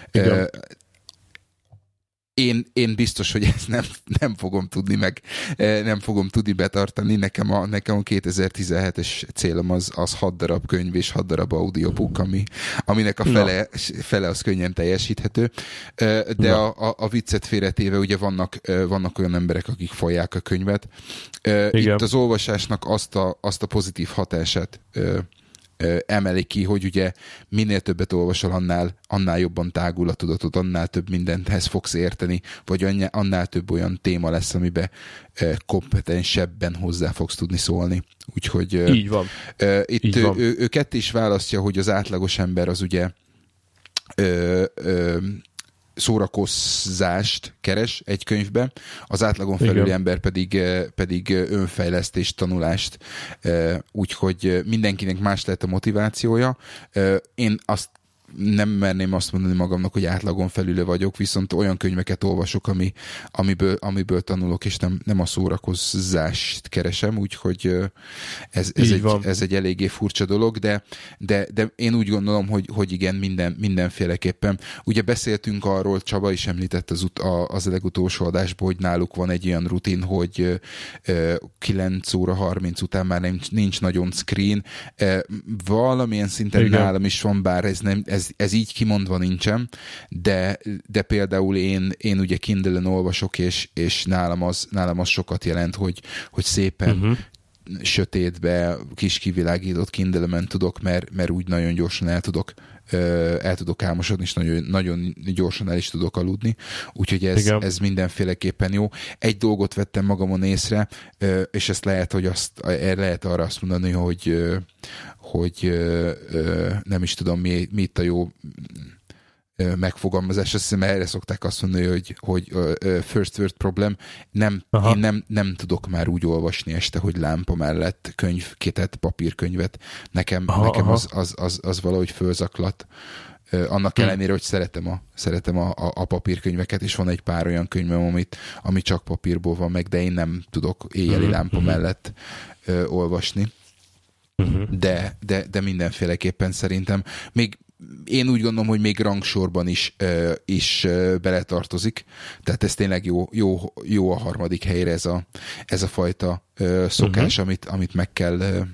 Én biztos, hogy ezt nem fogom tudni nem fogom tudni betartani. Nekem a 2017-es célom az 6 darab könyv és 6 darab audiobook, aminek a fele az könnyen teljesíthető. De a viccet félretéve ugye vannak olyan emberek, akik folyják a könyvet. Itt az olvasásnak azt a pozitív hatását emeli ki, hogy ugye minél többet olvasol, annál jobban tágul a tudatod, annál több mindenthez fogsz érteni, vagy annál több olyan téma lesz, amiben kompetensebben hozzá fogsz tudni szólni. Úgyhogy így van. Itt ő ketté is választja, hogy az átlagos ember az ugye szórakozást keres egy könyvben, az átlagon felüli ember pedig önfejlesztést, tanulást, úgyhogy mindenkinek más lehet a motivációja. Én azt nem merném azt mondani magamnak, hogy átlagon felül vagyok, viszont olyan könyveket olvasok, amiből tanulok, és nem a szórakozást keresem, úgyhogy ez egy eléggé furcsa dolog, de én úgy gondolom, hogy igen, mindenféleképpen. Ugye beszéltünk arról, Csaba is említett az legutolsó adásban, hogy náluk van egy olyan rutin, hogy 9 óra 30 után már nincs nagyon screen. Valamilyen szinten igen. Nálam is van, bár ez így kimondva nincsen, de például én ugye Kindle-en olvasok, és nálam az sokat jelent, hogy szépen sötétbe, kis kivilágított Kindle-ben tudok, mert úgy nagyon gyorsan el tudok álmosodni, és nagyon, nagyon gyorsan el is tudok aludni. Úgyhogy ez mindenféleképpen jó. Egy dolgot vettem magamon észre, és ezt lehet arra azt mondani, hogy nem is tudom, mi itt a jó megfogalmazás. Azt hiszem, erre szokták azt mondani, hogy first world problem. Én nem tudok már úgy olvasni este, hogy lámpa mellett kitett papírkönyvet. Nekem az valahogy fölzaklat. Annak ellenére, hogy szeretem a papírkönyveket, és van egy pár olyan könyvem, ami csak papírból van meg, de én nem tudok éjjeli lámpa mellett olvasni. De mindenféleképpen szerintem még én úgy gondolom, hogy még rangsorban is beletartozik, tehát ez tényleg jó a harmadik helyre ez a fajta szokás, amit meg kell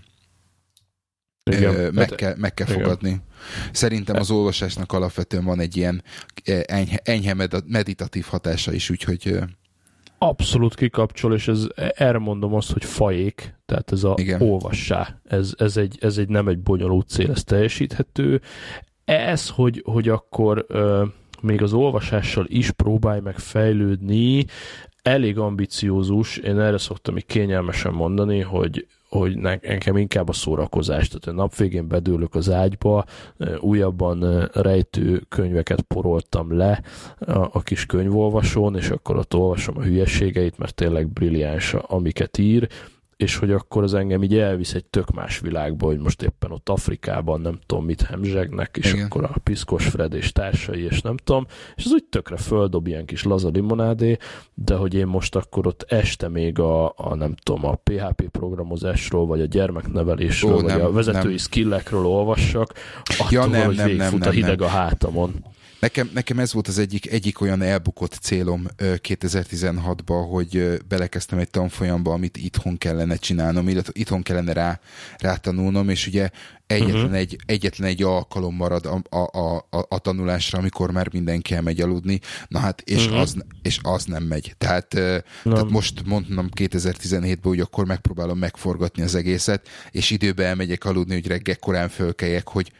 fogadni. Szerintem az olvasásnak alapvetően van egy ilyen enyhe meditatív hatása is, úgyhogy abszolút kikapcsol, és erre mondom azt, hogy fajék, tehát ez olvassá. Ez egy nem egy bonyolult cél, ez teljesíthető. Ez, hogy akkor még az olvasással is próbálj meg fejlődni, elég ambiciózus. Én erre szoktam így kényelmesen mondani, hogy nekem inkább a szórakozás. Tehát a nap végén bedőlök az ágyba, újabban rejtő könyveket poroltam le a kis könyvolvasón, és akkor ott olvasom a hülyeségeit, mert tényleg brilliáns, amiket ír, és hogy akkor az engem így elvisz egy tök más világba, hogy most éppen ott Afrikában nem tudom mit hemzsegnek, és igen. Akkor a Piszkos Fred és társai, és nem tudom, és az úgy tökre földob ilyen kis laza limonádé, de hogy én most akkor ott este még a nem tudom, a PHP programozásról, vagy a gyermeknevelésről, vagy a vezetői skillekről olvassak, attól hogy végigfut a hideg a hátamon. Nekem ez volt az egyik olyan elbukott célom 2016-ban, hogy belekezdtem egy tanfolyamba, amit itthon kellene csinálnom, illetve itthon kellene rátanulnom, és ugye egyetlen egy alkalom marad a tanulásra, amikor már mindenki elmegy aludni, na hát, és az nem megy. Tehát most mondtam 2017-ben, hogy akkor megpróbálom megforgatni az egészet, és időben elmegyek aludni, hogy reggel korán fölkeljek, hogy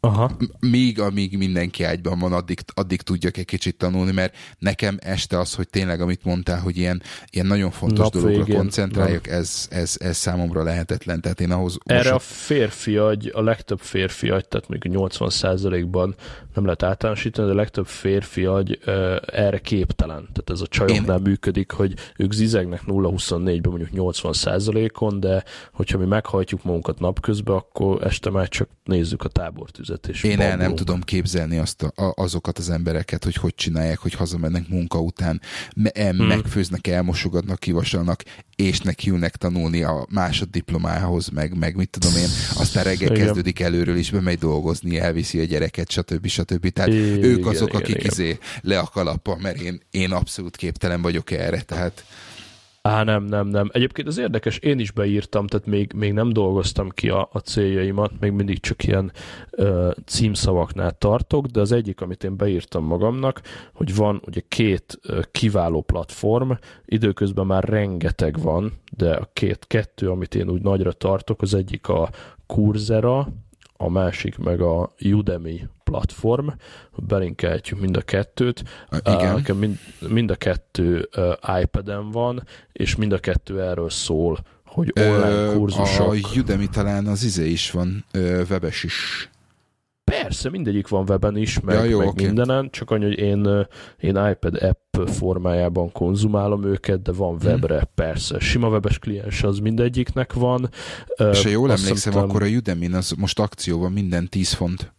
amíg mindenki ágyban van, addig tudjak egy kicsit tanulni, mert nekem este az, hogy tényleg, amit mondtál, hogy ilyen nagyon fontos dologra koncentráljak, ez számomra lehetetlen. Tehát én ahhoz... Erre a legtöbb férfi agy, tehát mondjuk 80%-ban nem lehet általánosítani, de a legtöbb férfi agy erre képtelen. Tehát ez a csajoknál működik, hogy ők zizegnek 0-24-ben mondjuk 80%-on, de hogyha mi meghajtjuk magunkat napközben, akkor este már csak nézzük a tábortüzet. Én el nem tudom képzelni azokat az embereket, hogy csinálják, hogy hazamennek munka után, megfőznek, elmosogatnak, kivasalnak, és nekiülnek tanulni a másoddiplomához, meg mit tudom én, aztán reggel kezdődik előről is, bemegy dolgozni, elviszi a gyereket, stb. Tehát ők azok, akik le a kalappa, mert én abszolút képtelen vagyok erre, tehát... Nem. Egyébként az érdekes, én is beírtam, tehát még nem dolgoztam ki a céljaimat, még mindig csak ilyen címszavaknál tartok, de az egyik, amit én beírtam magamnak, hogy van ugye 2 kiváló platform, időközben már rengeteg van, de a kettő, amit én úgy nagyra tartok, az egyik a Coursera, a másik meg a Udemy platform, belinkelhetjük mind a kettőt. Igen. Mind a kettő iPad-en van, és mind a kettő erről szól, hogy online kurzusok. A Udemy talán az is van, webes is. Persze, mindegyik van weben is, meg mindenen, csak annyi, hogy én iPad app formájában konzumálom őket, de van webre, persze. Sima webes kliens az mindegyiknek van. És ha jól emlékszem, akkor a Udemy-n az most akcióban minden 10 font.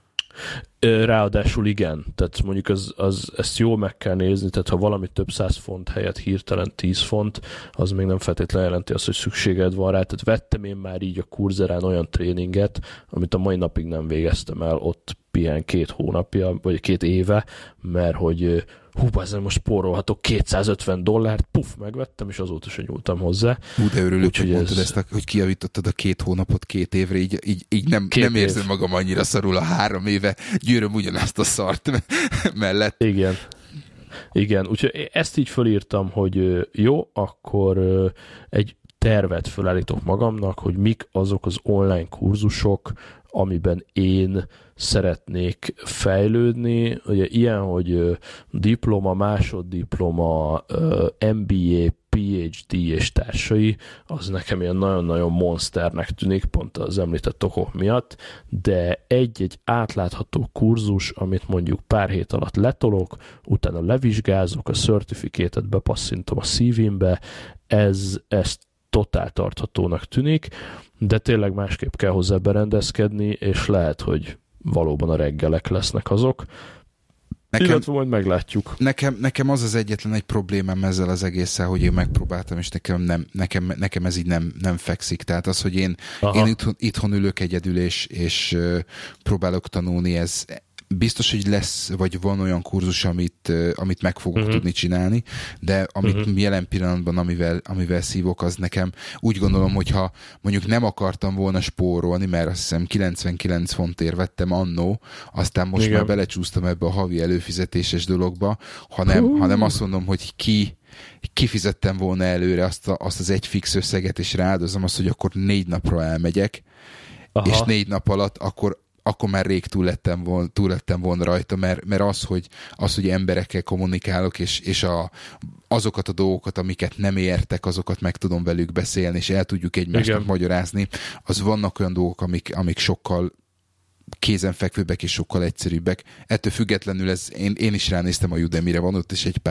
Ráadásul igen, tehát mondjuk ezt jól meg kell nézni, tehát ha valami több 100 font helyett hirtelen 10 font, az még nem feltétlenül jelenti azt, hogy szükséged van rá, tehát vettem én már így a Courserán olyan tréninget, amit a mai napig nem végeztem el, ott pihen 2 hónapja, vagy 2 éve, mert hogy ezzel most spórolhatok $250, megvettem, és azóta sem nyúltam hozzá. De örülök, hogy mondtad ezt, hogy kijavítottad a 2 hónapot 2 évre, így nem érzem magam annyira szarul, a 3 éve gyűröm ugyanazt a szart mellett. Igen, úgyhogy ezt így fölírtam, hogy jó, akkor egy tervet felállítok magamnak, hogy mik azok az online kurzusok, amiben én szeretnék fejlődni. Ugye ilyen, hogy diploma, másoddiploma, MBA, PhD és társai, az nekem ilyen nagyon-nagyon monsternek tűnik, pont az említett okok miatt, de egy átlátható kurzus, amit mondjuk pár hét alatt letolok, utána levizsgázok, a certificate-et bepasszintom a CV-mbe, ez totál tarthatónak tűnik, de tényleg másképp kell hozzá berendezkedni, és lehet, hogy valóban a reggelek lesznek azok. Illetve majd meglátjuk. Nekem az egyetlen egy problémám ezzel az egésszel, hogy én megpróbáltam, és nekem ez így nem fekszik. Tehát az, hogy én itthon ülök egyedül, és próbálok tanulni, ez biztos, hogy lesz, vagy van olyan kurzus, amit meg fogok tudni csinálni, de amit jelen pillanatban, amivel szívok, az nekem úgy gondolom, hogyha mondjuk nem akartam volna spórolni, mert azt hiszem 99 fontért vettem annó, aztán most már belecsúsztam ebbe a havi előfizetéses dologba, hanem azt mondom, hogy kifizettem volna előre azt az egy fix összeget, és rááldozom azt, hogy akkor 4 napra elmegyek, és 4 nap alatt akkor már rég túl lettem volna rajta, mert az, hogy emberekkel kommunikálok, és azokat a dolgokat, amiket nem értek, azokat meg tudom velük beszélni, és el tudjuk egymásnak magyarázni, az vannak olyan dolgok, amik sokkal kézenfekvőbbek és sokkal egyszerűbbek. Ettől függetlenül én is ránéztem a Udemy-re, van ott is egy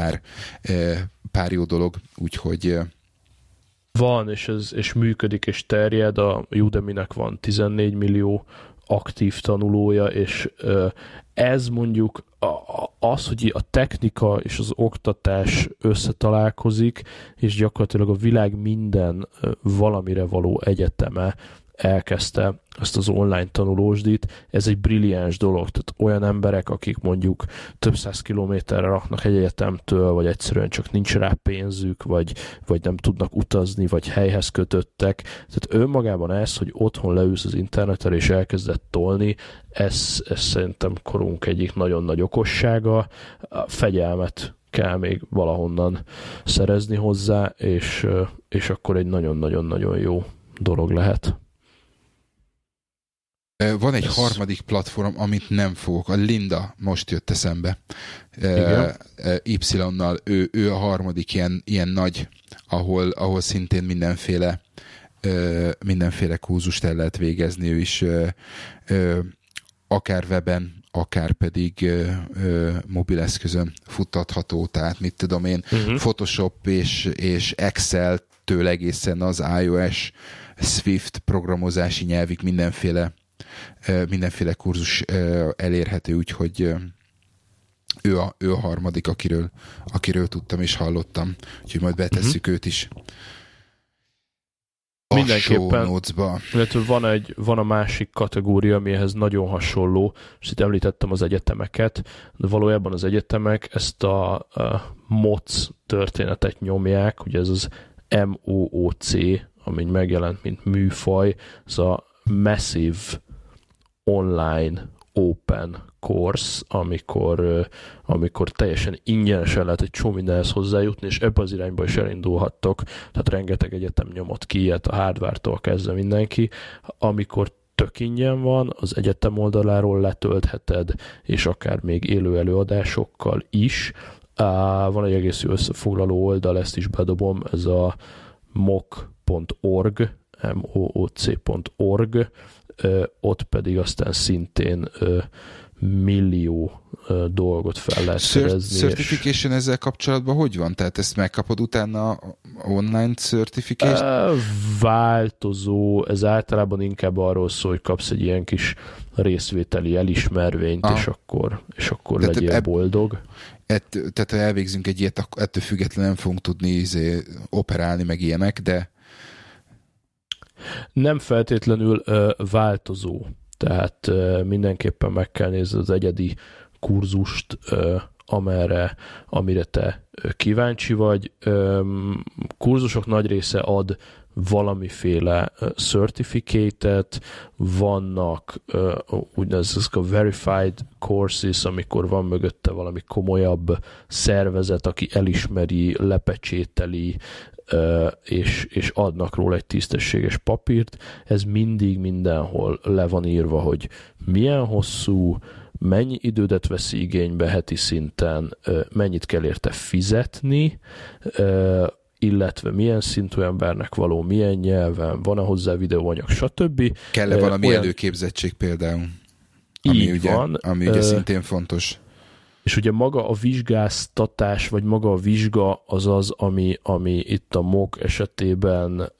pár jó dolog, úgyhogy... Van, és működik, és terjed. A Udemy-nek van 14 millió aktív tanulója, és ez mondjuk az, hogy a technika és az oktatás összetalálkozik, és gyakorlatilag a világ minden valamire való egyeteme elkezdte ezt az online tanulósdit, ez egy brilliáns dolog. Tehát olyan emberek, akik mondjuk több 100 kilométerre raknak egy egyetemtől, vagy egyszerűen csak nincs rá pénzük, vagy nem tudnak utazni, vagy helyhez kötöttek. Tehát önmagában ez, hogy otthon leülsz az interneten és elkezdett tolni, ez szerintem korunk egyik nagyon nagy okossága. A fegyelmet kell még valahonnan szerezni hozzá, és akkor egy nagyon-nagyon-nagyon jó dolog lehet. Van egy harmadik platform, amit nem fogok. A Linda most jött eszembe. Y-nal. Ő a harmadik ilyen nagy, ahol szintén mindenféle kurzust el lehet végezni. Ő is akár weben, akár pedig mobileszközön futtatható. Tehát mit tudom én, Photoshop és Excel-től egészen az iOS, Swift programozási nyelvig mindenféle kurzus elérhető, úgyhogy ő a harmadik, akiről tudtam és hallottam. Úgyhogy majd betesszük őt is a show notes-ba. Illetve van a másik kategória, amihez nagyon hasonló, és itt említettem az egyetemeket, de valójában az egyetemek ezt a MOOC történetet nyomják, ugye ez az MOOC, ami megjelent, mint műfaj, ez a Massive Online Open Course, amikor teljesen ingyenesen lehet egy csomó mindenhez hozzájutni, és ebbe az irányba is elindulhattok. Tehát rengeteg egyetem nyomott ki ilyet, a Hardware-tól kezdve mindenki. Amikor tök ingyen van, az egyetem oldaláról letöltheted, és akár még élő előadásokkal is. Van egy egész összefoglaló oldal, ezt is bedobom, ez a moc.org, mooc.org, ott pedig aztán szintén millió dolgot fel lehet szerezni. Certification ezzel kapcsolatban hogy van? Tehát ezt megkapod utána online certification? Változó, ez általában inkább arról szól, hogy kapsz egy ilyen kis részvételi elismervényt, és akkor legyél boldog. Tehát ha elvégzünk egy ilyet, ettől függetlenül nem fogunk tudni operálni, meg ilyenek, de nem feltétlenül változó. Tehát mindenképpen meg kell nézni az egyedi kurzust, amire te kíváncsi vagy. Kurzusok nagy része ad valamiféle certificate-et, vannak úgynevezett a verified courses, amikor van mögötte valami komolyabb szervezet, aki elismeri, lepecsételi, és adnak róla egy tisztességes papírt. Ez mindig mindenhol le van írva, hogy milyen hosszú, mennyi idődet vesz igénybe heti szinten, mennyit kell érte fizetni, illetve milyen szintű embernek való, milyen nyelven, van-e hozzá videóanyag, stb. Kell-e valami előképzettség például? Ami ugye szintén fontos. És ugye maga a vizsgáztatás, vagy maga a vizsga az az, ami itt a MOOC esetében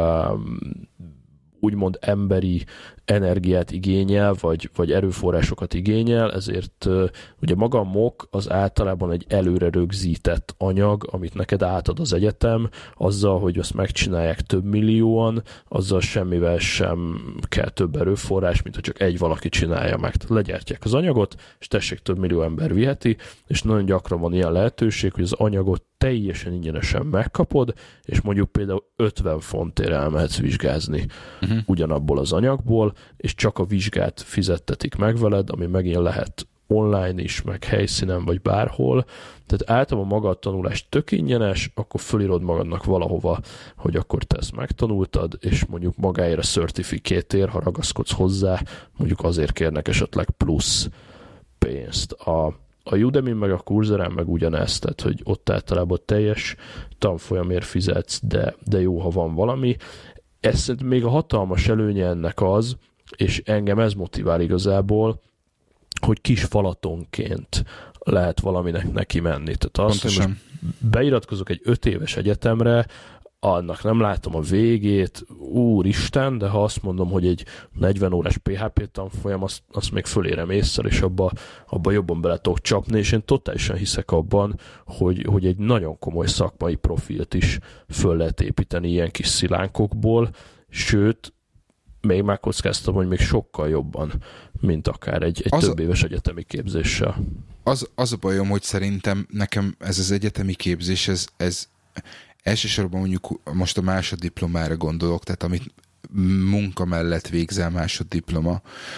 úgymond emberi energiát igényel, vagy erőforrásokat igényel, ezért ugye maga a MOOC az általában egy előre rögzített anyag, amit neked átad az egyetem, azzal, hogy azt megcsinálják több millióan, azzal semmivel sem kell több erőforrás, mint hogy csak egy valaki csinálja meg. Tehát legyártják az anyagot, és tessék, több millió ember viheti, és nagyon gyakran van ilyen lehetőség, hogy az anyagot teljesen ingyenesen megkapod, és mondjuk például 50 fontért elmehetsz vizsgázni ugyanabból az anyagból, és csak a vizsgát fizettetik meg veled, ami megint lehet online is, meg helyszínen, vagy bárhol. Tehát általában maga a tanulás tök ingyenes, akkor fölírod magadnak valahova, hogy akkor te ezt megtanultad, és mondjuk magáért a certificate-ért, ha ragaszkodsz hozzá, mondjuk azért kérnek esetleg plusz pénzt. A Udemy meg a Coursera meg ugyanezt, tehát hogy ott általában teljes tanfolyamért fizetsz, de jó, ha van valami. Ez szerintem még a hatalmas előnye ennek az, és engem ez motivál igazából, hogy kis falatonként lehet valaminek neki menni. Tehát azt, hogy most beiratkozok egy 5 éves egyetemre, annak nem látom a végét, úristen, de ha azt mondom, hogy egy 40 órás PHP tanfolyam, azt még fölérem észre, és abba jobban bele tudok csapni, és én totálisan hiszek abban, hogy egy nagyon komoly szakmai profilt is föl lehet építeni ilyen kis szilánkokból, sőt, még megkockáztam, hogy még sokkal jobban, mint akár egy több éves egyetemi képzéssel. Az a bajom, hogy szerintem nekem ez az egyetemi képzés, ez elsősorban mondjuk most a másoddiplomára gondolok, tehát amit munka mellett végzel másoddiploma.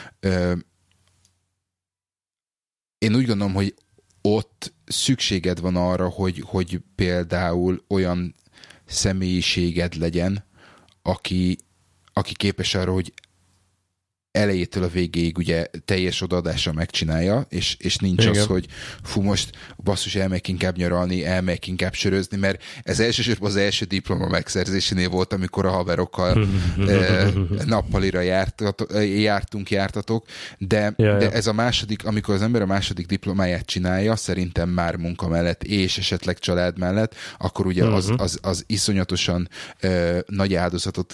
Én úgy gondolom, hogy ott szükséged van arra, hogy például olyan személyiséged legyen, aki képes arra, hogy elejétől a végéig ugye teljes odaadással megcsinálja, és nincs igen. Az, hogy fú, most basszus, elmegyek inkább nyaralni, elmegyek inkább sörözni, mert ez elsősorban az első diploma megszerzésénél volt, amikor a haverokkal nappalira jártatok, de ez a második, amikor az ember a második diplomáját csinálja, szerintem már munka mellett, és esetleg család mellett, akkor ugye az iszonyatosan nagy áldozatot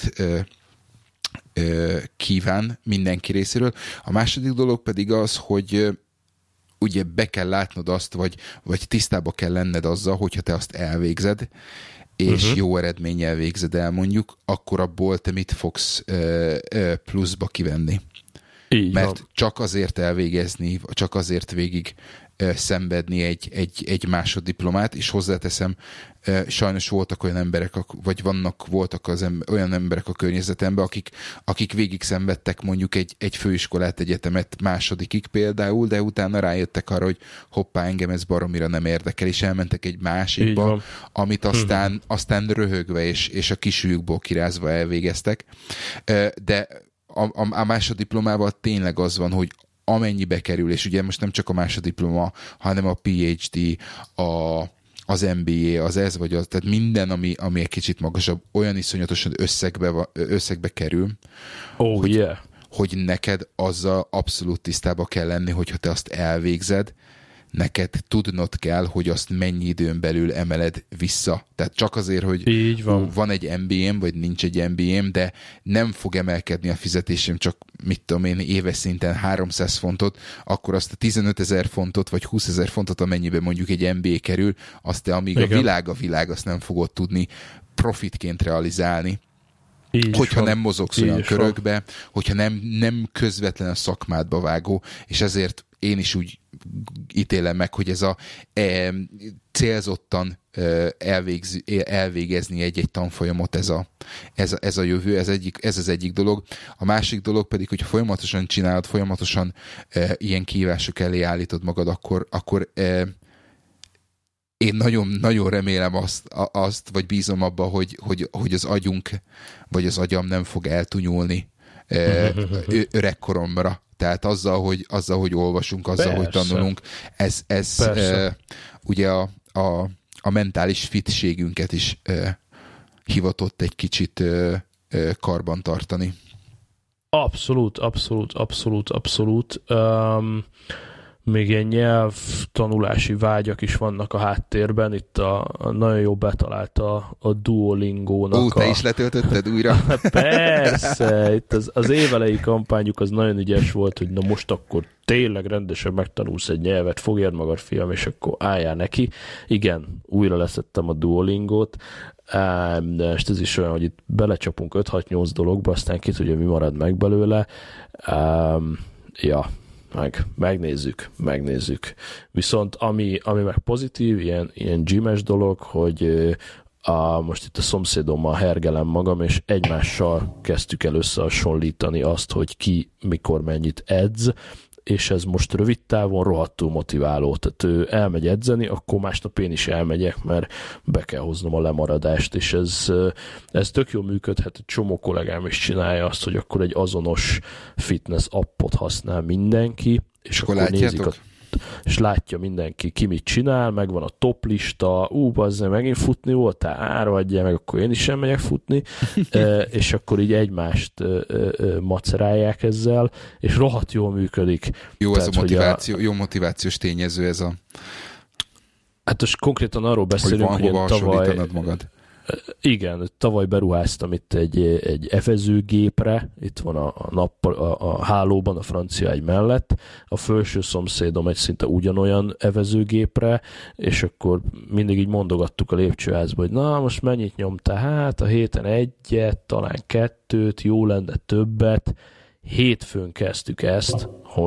kíván mindenki részéről. A második dolog pedig az, hogy ugye be kell látnod azt, vagy tisztába kell lenned azzal, hogyha te azt elvégzed, és jó eredménnyel végzed el mondjuk, akkor abból te mit fogsz pluszba kivenni. Így mert van. Csak azért elvégezni, csak azért végig szenvedni egy másoddiplomát, és hozzáteszem, sajnos voltak olyan emberek, vagy voltak olyan emberek a környezetemben, akik végig szenvedtek mondjuk egy főiskolát, egyetemet másodikig például, de utána rájöttek arra, hogy hoppá, engem ez baromira nem érdekel, és elmentek egy másikba, amit aztán röhögve és a kisülyükból kirázva elvégeztek. De a másoddiplomával tényleg az van, hogy amennyibe kerül, és ugye most nem csak a másoddiploma, hanem a PhD, az MBA, az ez vagy az, tehát minden, ami egy kicsit magasabb, olyan iszonyatosan összegbe kerül, hogy neked azzal abszolút tisztába kell lenni, hogyha te azt elvégzed, neked tudnod kell, hogy azt mennyi időn belül emeled vissza. Tehát csak azért, hogy van egy MBA-m, vagy nincs egy MBA-m, de nem fog emelkedni a fizetésem csak, mit tudom én, éves szinten 300 fontot, akkor azt a 15 000 fontot, vagy 20 000 fontot, amennyiben mondjuk egy MBA kerül, azt te, amíg a világ, azt nem fogod tudni profitként realizálni. Hogyha nem mozogsz olyan körökbe, hogyha nem közvetlen a szakmádba vágó, és ezért én is úgy ítélem meg, hogy ez a célzottan elvégezni egy tanfolyamot, ez a jövő, ez az egyik dolog. A másik dolog pedig, hogy folyamatosan csinálod, folyamatosan ilyen kihívások elé állítod magad, akkor én nagyon remélem azt, vagy bízom abba, hogy az agyunk, vagy az agyam nem fog eltunyulni öregkoromra. Tehát azzal, hogy olvasunk, azzal, hogy tanulunk, ez ugye a mentális fitségünket is hivatott egy kicsit karban tartani. Abszolút. Még ilyen nyelvtanulási vágyak is vannak a háttérben. Itt nagyon jó betalálta a Duolingo-nak. Te is letöltötted újra? Persze! Itt az évelei kampányuk az nagyon ügyes volt, hogy na most akkor tényleg rendesen megtanulsz egy nyelvet, fogjad magad, fiam, és akkor álljál neki. Igen, újra leszettem a Duolingo-t. De ez is olyan, hogy itt belecsapunk 5-6-8 dologba, aztán ki tudja, mi marad meg belőle. Megnézzük. Viszont ami meg pozitív, ilyen gymes dolog, hogy most itt a szomszédommal hergelem magam, és egymással kezdtük el összehasonlítani azt, hogy ki mikor mennyit edz, és ez most rövid távon rohadtul motiváló. Tehát ő elmegy edzeni, akkor másnap én is elmegyek, mert be kell hoznom a lemaradást, és ez tök jól működhet. Egy csomó kollégám is csinálja azt, hogy akkor egy azonos fitness appot használ mindenki, és akkor nézik és látja mindenki, ki mit csinál, megvan a top lista, bazzeg, megint futni voltál, adjál meg, akkor én is sem megyek futni, és akkor így egymást macerálják ezzel, és rohadt jól működik. Jó, tehát, ez a motiváció, jó motivációs tényező ez a... Hát most konkrétan arról beszélünk, hogy van hova hasonlítanod magad. Igen, tavaly beruháztam itt egy evezőgépre, itt van a hálóban, a francia egy mellett, a felső szomszédom egy szinte ugyanolyan evezőgépre, és akkor mindig így mondogattuk a lépcsőházba, hogy na, most mennyit nyomtál? Hát a héten 1, talán 2, jó lenne többet. Hétfőn kezdtük ezt,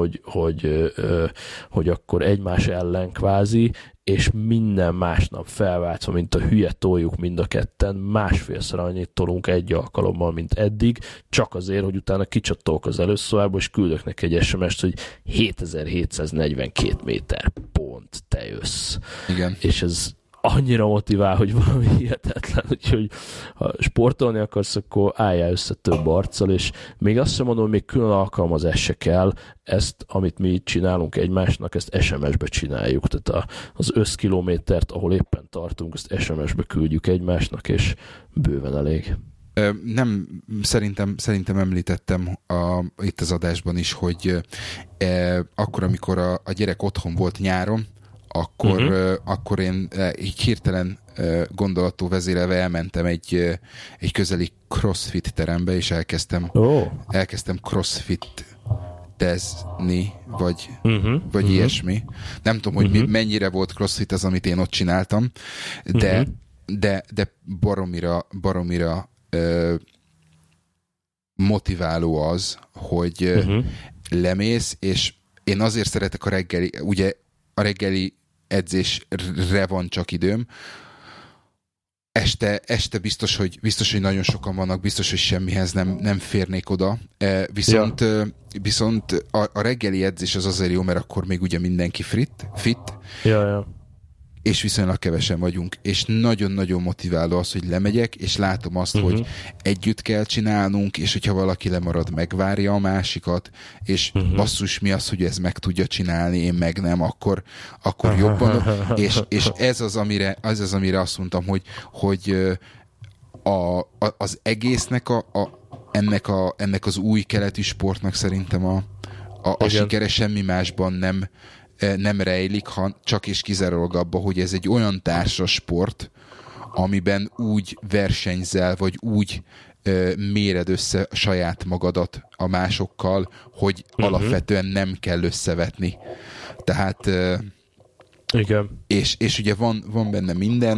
hogy akkor egymás ellen kvázi, és minden másnap felváltva, mint a hülye toljuk mind a ketten, másfélszer annyit tolunk egy alkalommal, mint eddig, csak azért, hogy utána kicsatolok az előszobába, és küldök neki egy SMS-t, hogy 7742 méter, pont, te jössz. Igen. És ez annyira motivál, hogy valami hihetetlen, úgyhogy ha sportolni akarsz, akkor álljál össze több arccal, és még azt sem mondom, hogy még külön alkalmazás se kell, ezt, amit mi csinálunk egymásnak, ezt SMS-be csináljuk, tehát az összkilométert, ahol éppen tartunk, ezt SMS-be küldjük egymásnak, és bőven elég. Nem, szerintem említettem itt az adásban is, hogy akkor, amikor a gyerek otthon volt nyáron, akkor én így hirtelen gondolattól vezérelve elmentem egy közeli crossfit terembe, és elkezdtem crossfit-tezni, vagy ilyesmi. Nem tudom, hogy mennyire volt crossfit az, amit én ott csináltam, de baromira motiváló az, hogy lemész, és én azért szeretek a reggeli edzésre van csak időm. Este biztos, hogy nagyon sokan vannak, biztos, hogy semmihez nem férnék oda. Viszont a reggeli edzés az azért jó, mert akkor még ugye mindenki fit. Ja. És viszonylag kevesen vagyunk, és nagyon-nagyon motiváló az, hogy lemegyek, és látom azt, hogy együtt kell csinálnunk, és hogyha valaki lemarad, megvárja a másikat, és basszus, mi az, hogy ez meg tudja csinálni, én meg nem, akkor jobban. És ez az, amire azt mondtam, hogy az egésznek ennek az új keleti sportnak szerintem a sikere semmi másban nem rejlik, csak és kizárólag abba, hogy ez egy olyan társas sport, amiben úgy versenyzel, vagy úgy méred össze saját magadat a másokkal, hogy alapvetően nem kell összevetni. Tehát igen. És ugye van benne minden,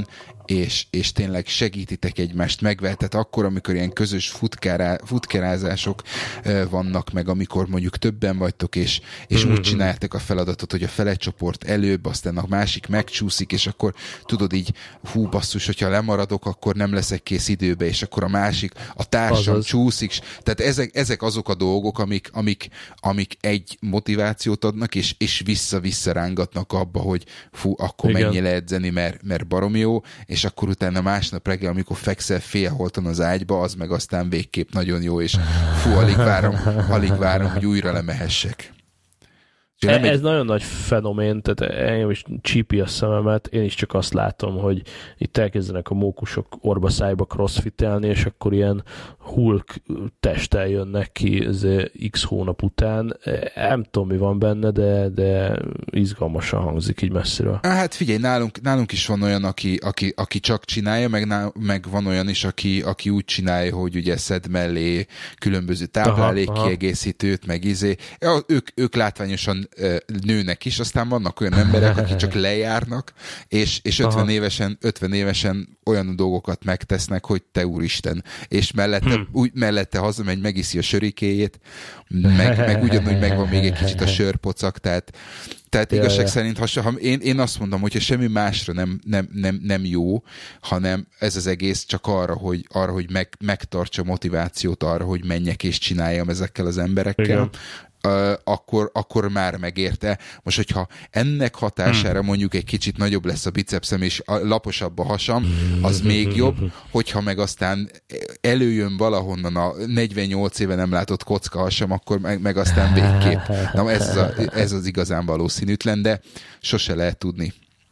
és tényleg segítitek egymást megvehet. Tehát akkor, amikor ilyen közös futkerázások vannak meg, amikor mondjuk többen vagytok, és úgy csináljátok a feladatot, hogy a fele csoport előbb, aztán a másik megcsúszik, és akkor tudod így, hú basszus, hogyha lemaradok, akkor nem leszek kész időbe, és akkor a másik, a társam csúszik. Tehát ezek azok a dolgok, amik egy motivációt adnak, és vissza-vissza rángatnak abba, hogy fú, akkor menjél le edzeni, mert baromi jó, és akkor utána másnap reggel, amikor fekszel félholtan az ágyba, az meg aztán végképp nagyon jó, és fú, alig várom, hogy újra lemehessek. Ez nagyon nagy fenomén, tehát engem is csípi a szememet, én is csak azt látom, hogy itt elkezdenek a mókusok orba-szájba crossfitelni, és akkor ilyen Hulk testtel jönnek ki x hónap után. Nem tudom, mi van benne, de izgalmasan hangzik így messziről. Hát figyelj, nálunk is van olyan, aki csak csinálja, meg van olyan is, aki úgy csinálja, hogy ugye szed mellé különböző táplálékkiegészítőt, meg ők látványosan nőnek is, aztán vannak olyan emberek, akik csak lejárnak, és 50 évesen olyan dolgokat megtesznek, hogy te úristen, és mellette hazamegy, megiszi a sörikéjét, meg ugyanúgy megvan még egy kicsit a sörpocak, tehát igazság szerint, én azt mondom, hogyha semmi másra nem jó, hanem ez az egész csak arra, hogy megtartsa motivációt arra, hogy menjek és csináljam ezekkel az emberekkel, igen. Akkor már megérte. Most, hogyha ennek hatására mondjuk egy kicsit nagyobb lesz a bicepszem, és laposabb a hasam, az még jobb, hogyha meg aztán előjön valahonnan a 48 éve nem látott kocka hasam, akkor meg aztán végképp. Na, ez az igazán valószínűtlen, de sose lehet tudni.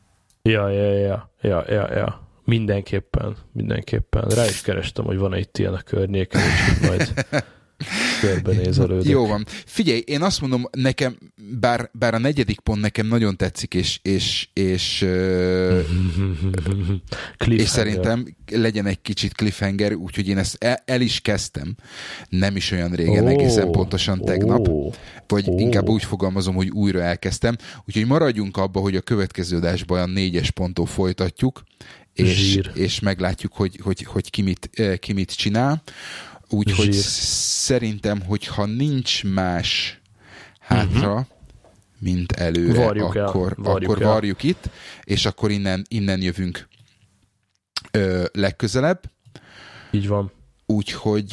Ja. Mindenképpen. Rá is kerestem, hogy van egy ilyen a környéken, úgyhogy majd körbenézelődök. Jó van. Figyelj, én azt mondom, nekem, bár a 4. pont nekem nagyon tetszik, és szerintem legyen egy kicsit cliffhanger, úgyhogy én ezt el is kezdtem. Nem is olyan régen, egészen pontosan tegnap. Vagy inkább úgy fogalmazom, hogy újra elkezdtem. Úgyhogy maradjunk abba, hogy a következő adásban olyan 4-es ponttól folytatjuk, és meglátjuk, hogy ki mit csinál. Úgyhogy szerintem, hogyha nincs más hátra, mint előre, akkor varjuk itt, és akkor innen jövünk legközelebb. Így van. Úgyhogy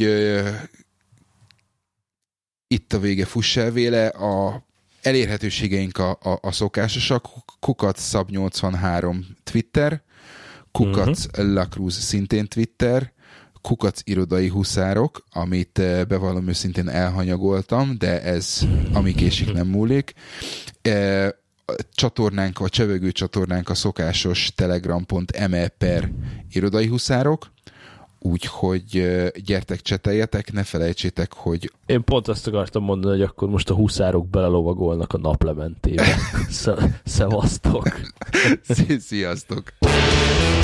itt a vége, fuss el véle. A elérhetőségeink a szokásosak. Kukac_Szab83 Twitter, Kukac_Lacruz szintén Twitter, Kukac irodai huszárok, amit bevallom őszintén elhanyagoltam, de ez ami késik nem múlik. Csatornánk, a csevegő csatornánk a szokásos telegram.me/irodai huszárok, úgyhogy gyertek, cseteljetek, ne felejtsétek, hogy... Én pont azt akartam mondani, hogy akkor most a huszárok belelovagolnak a naplementébe. Szevasztok! Sziasztok!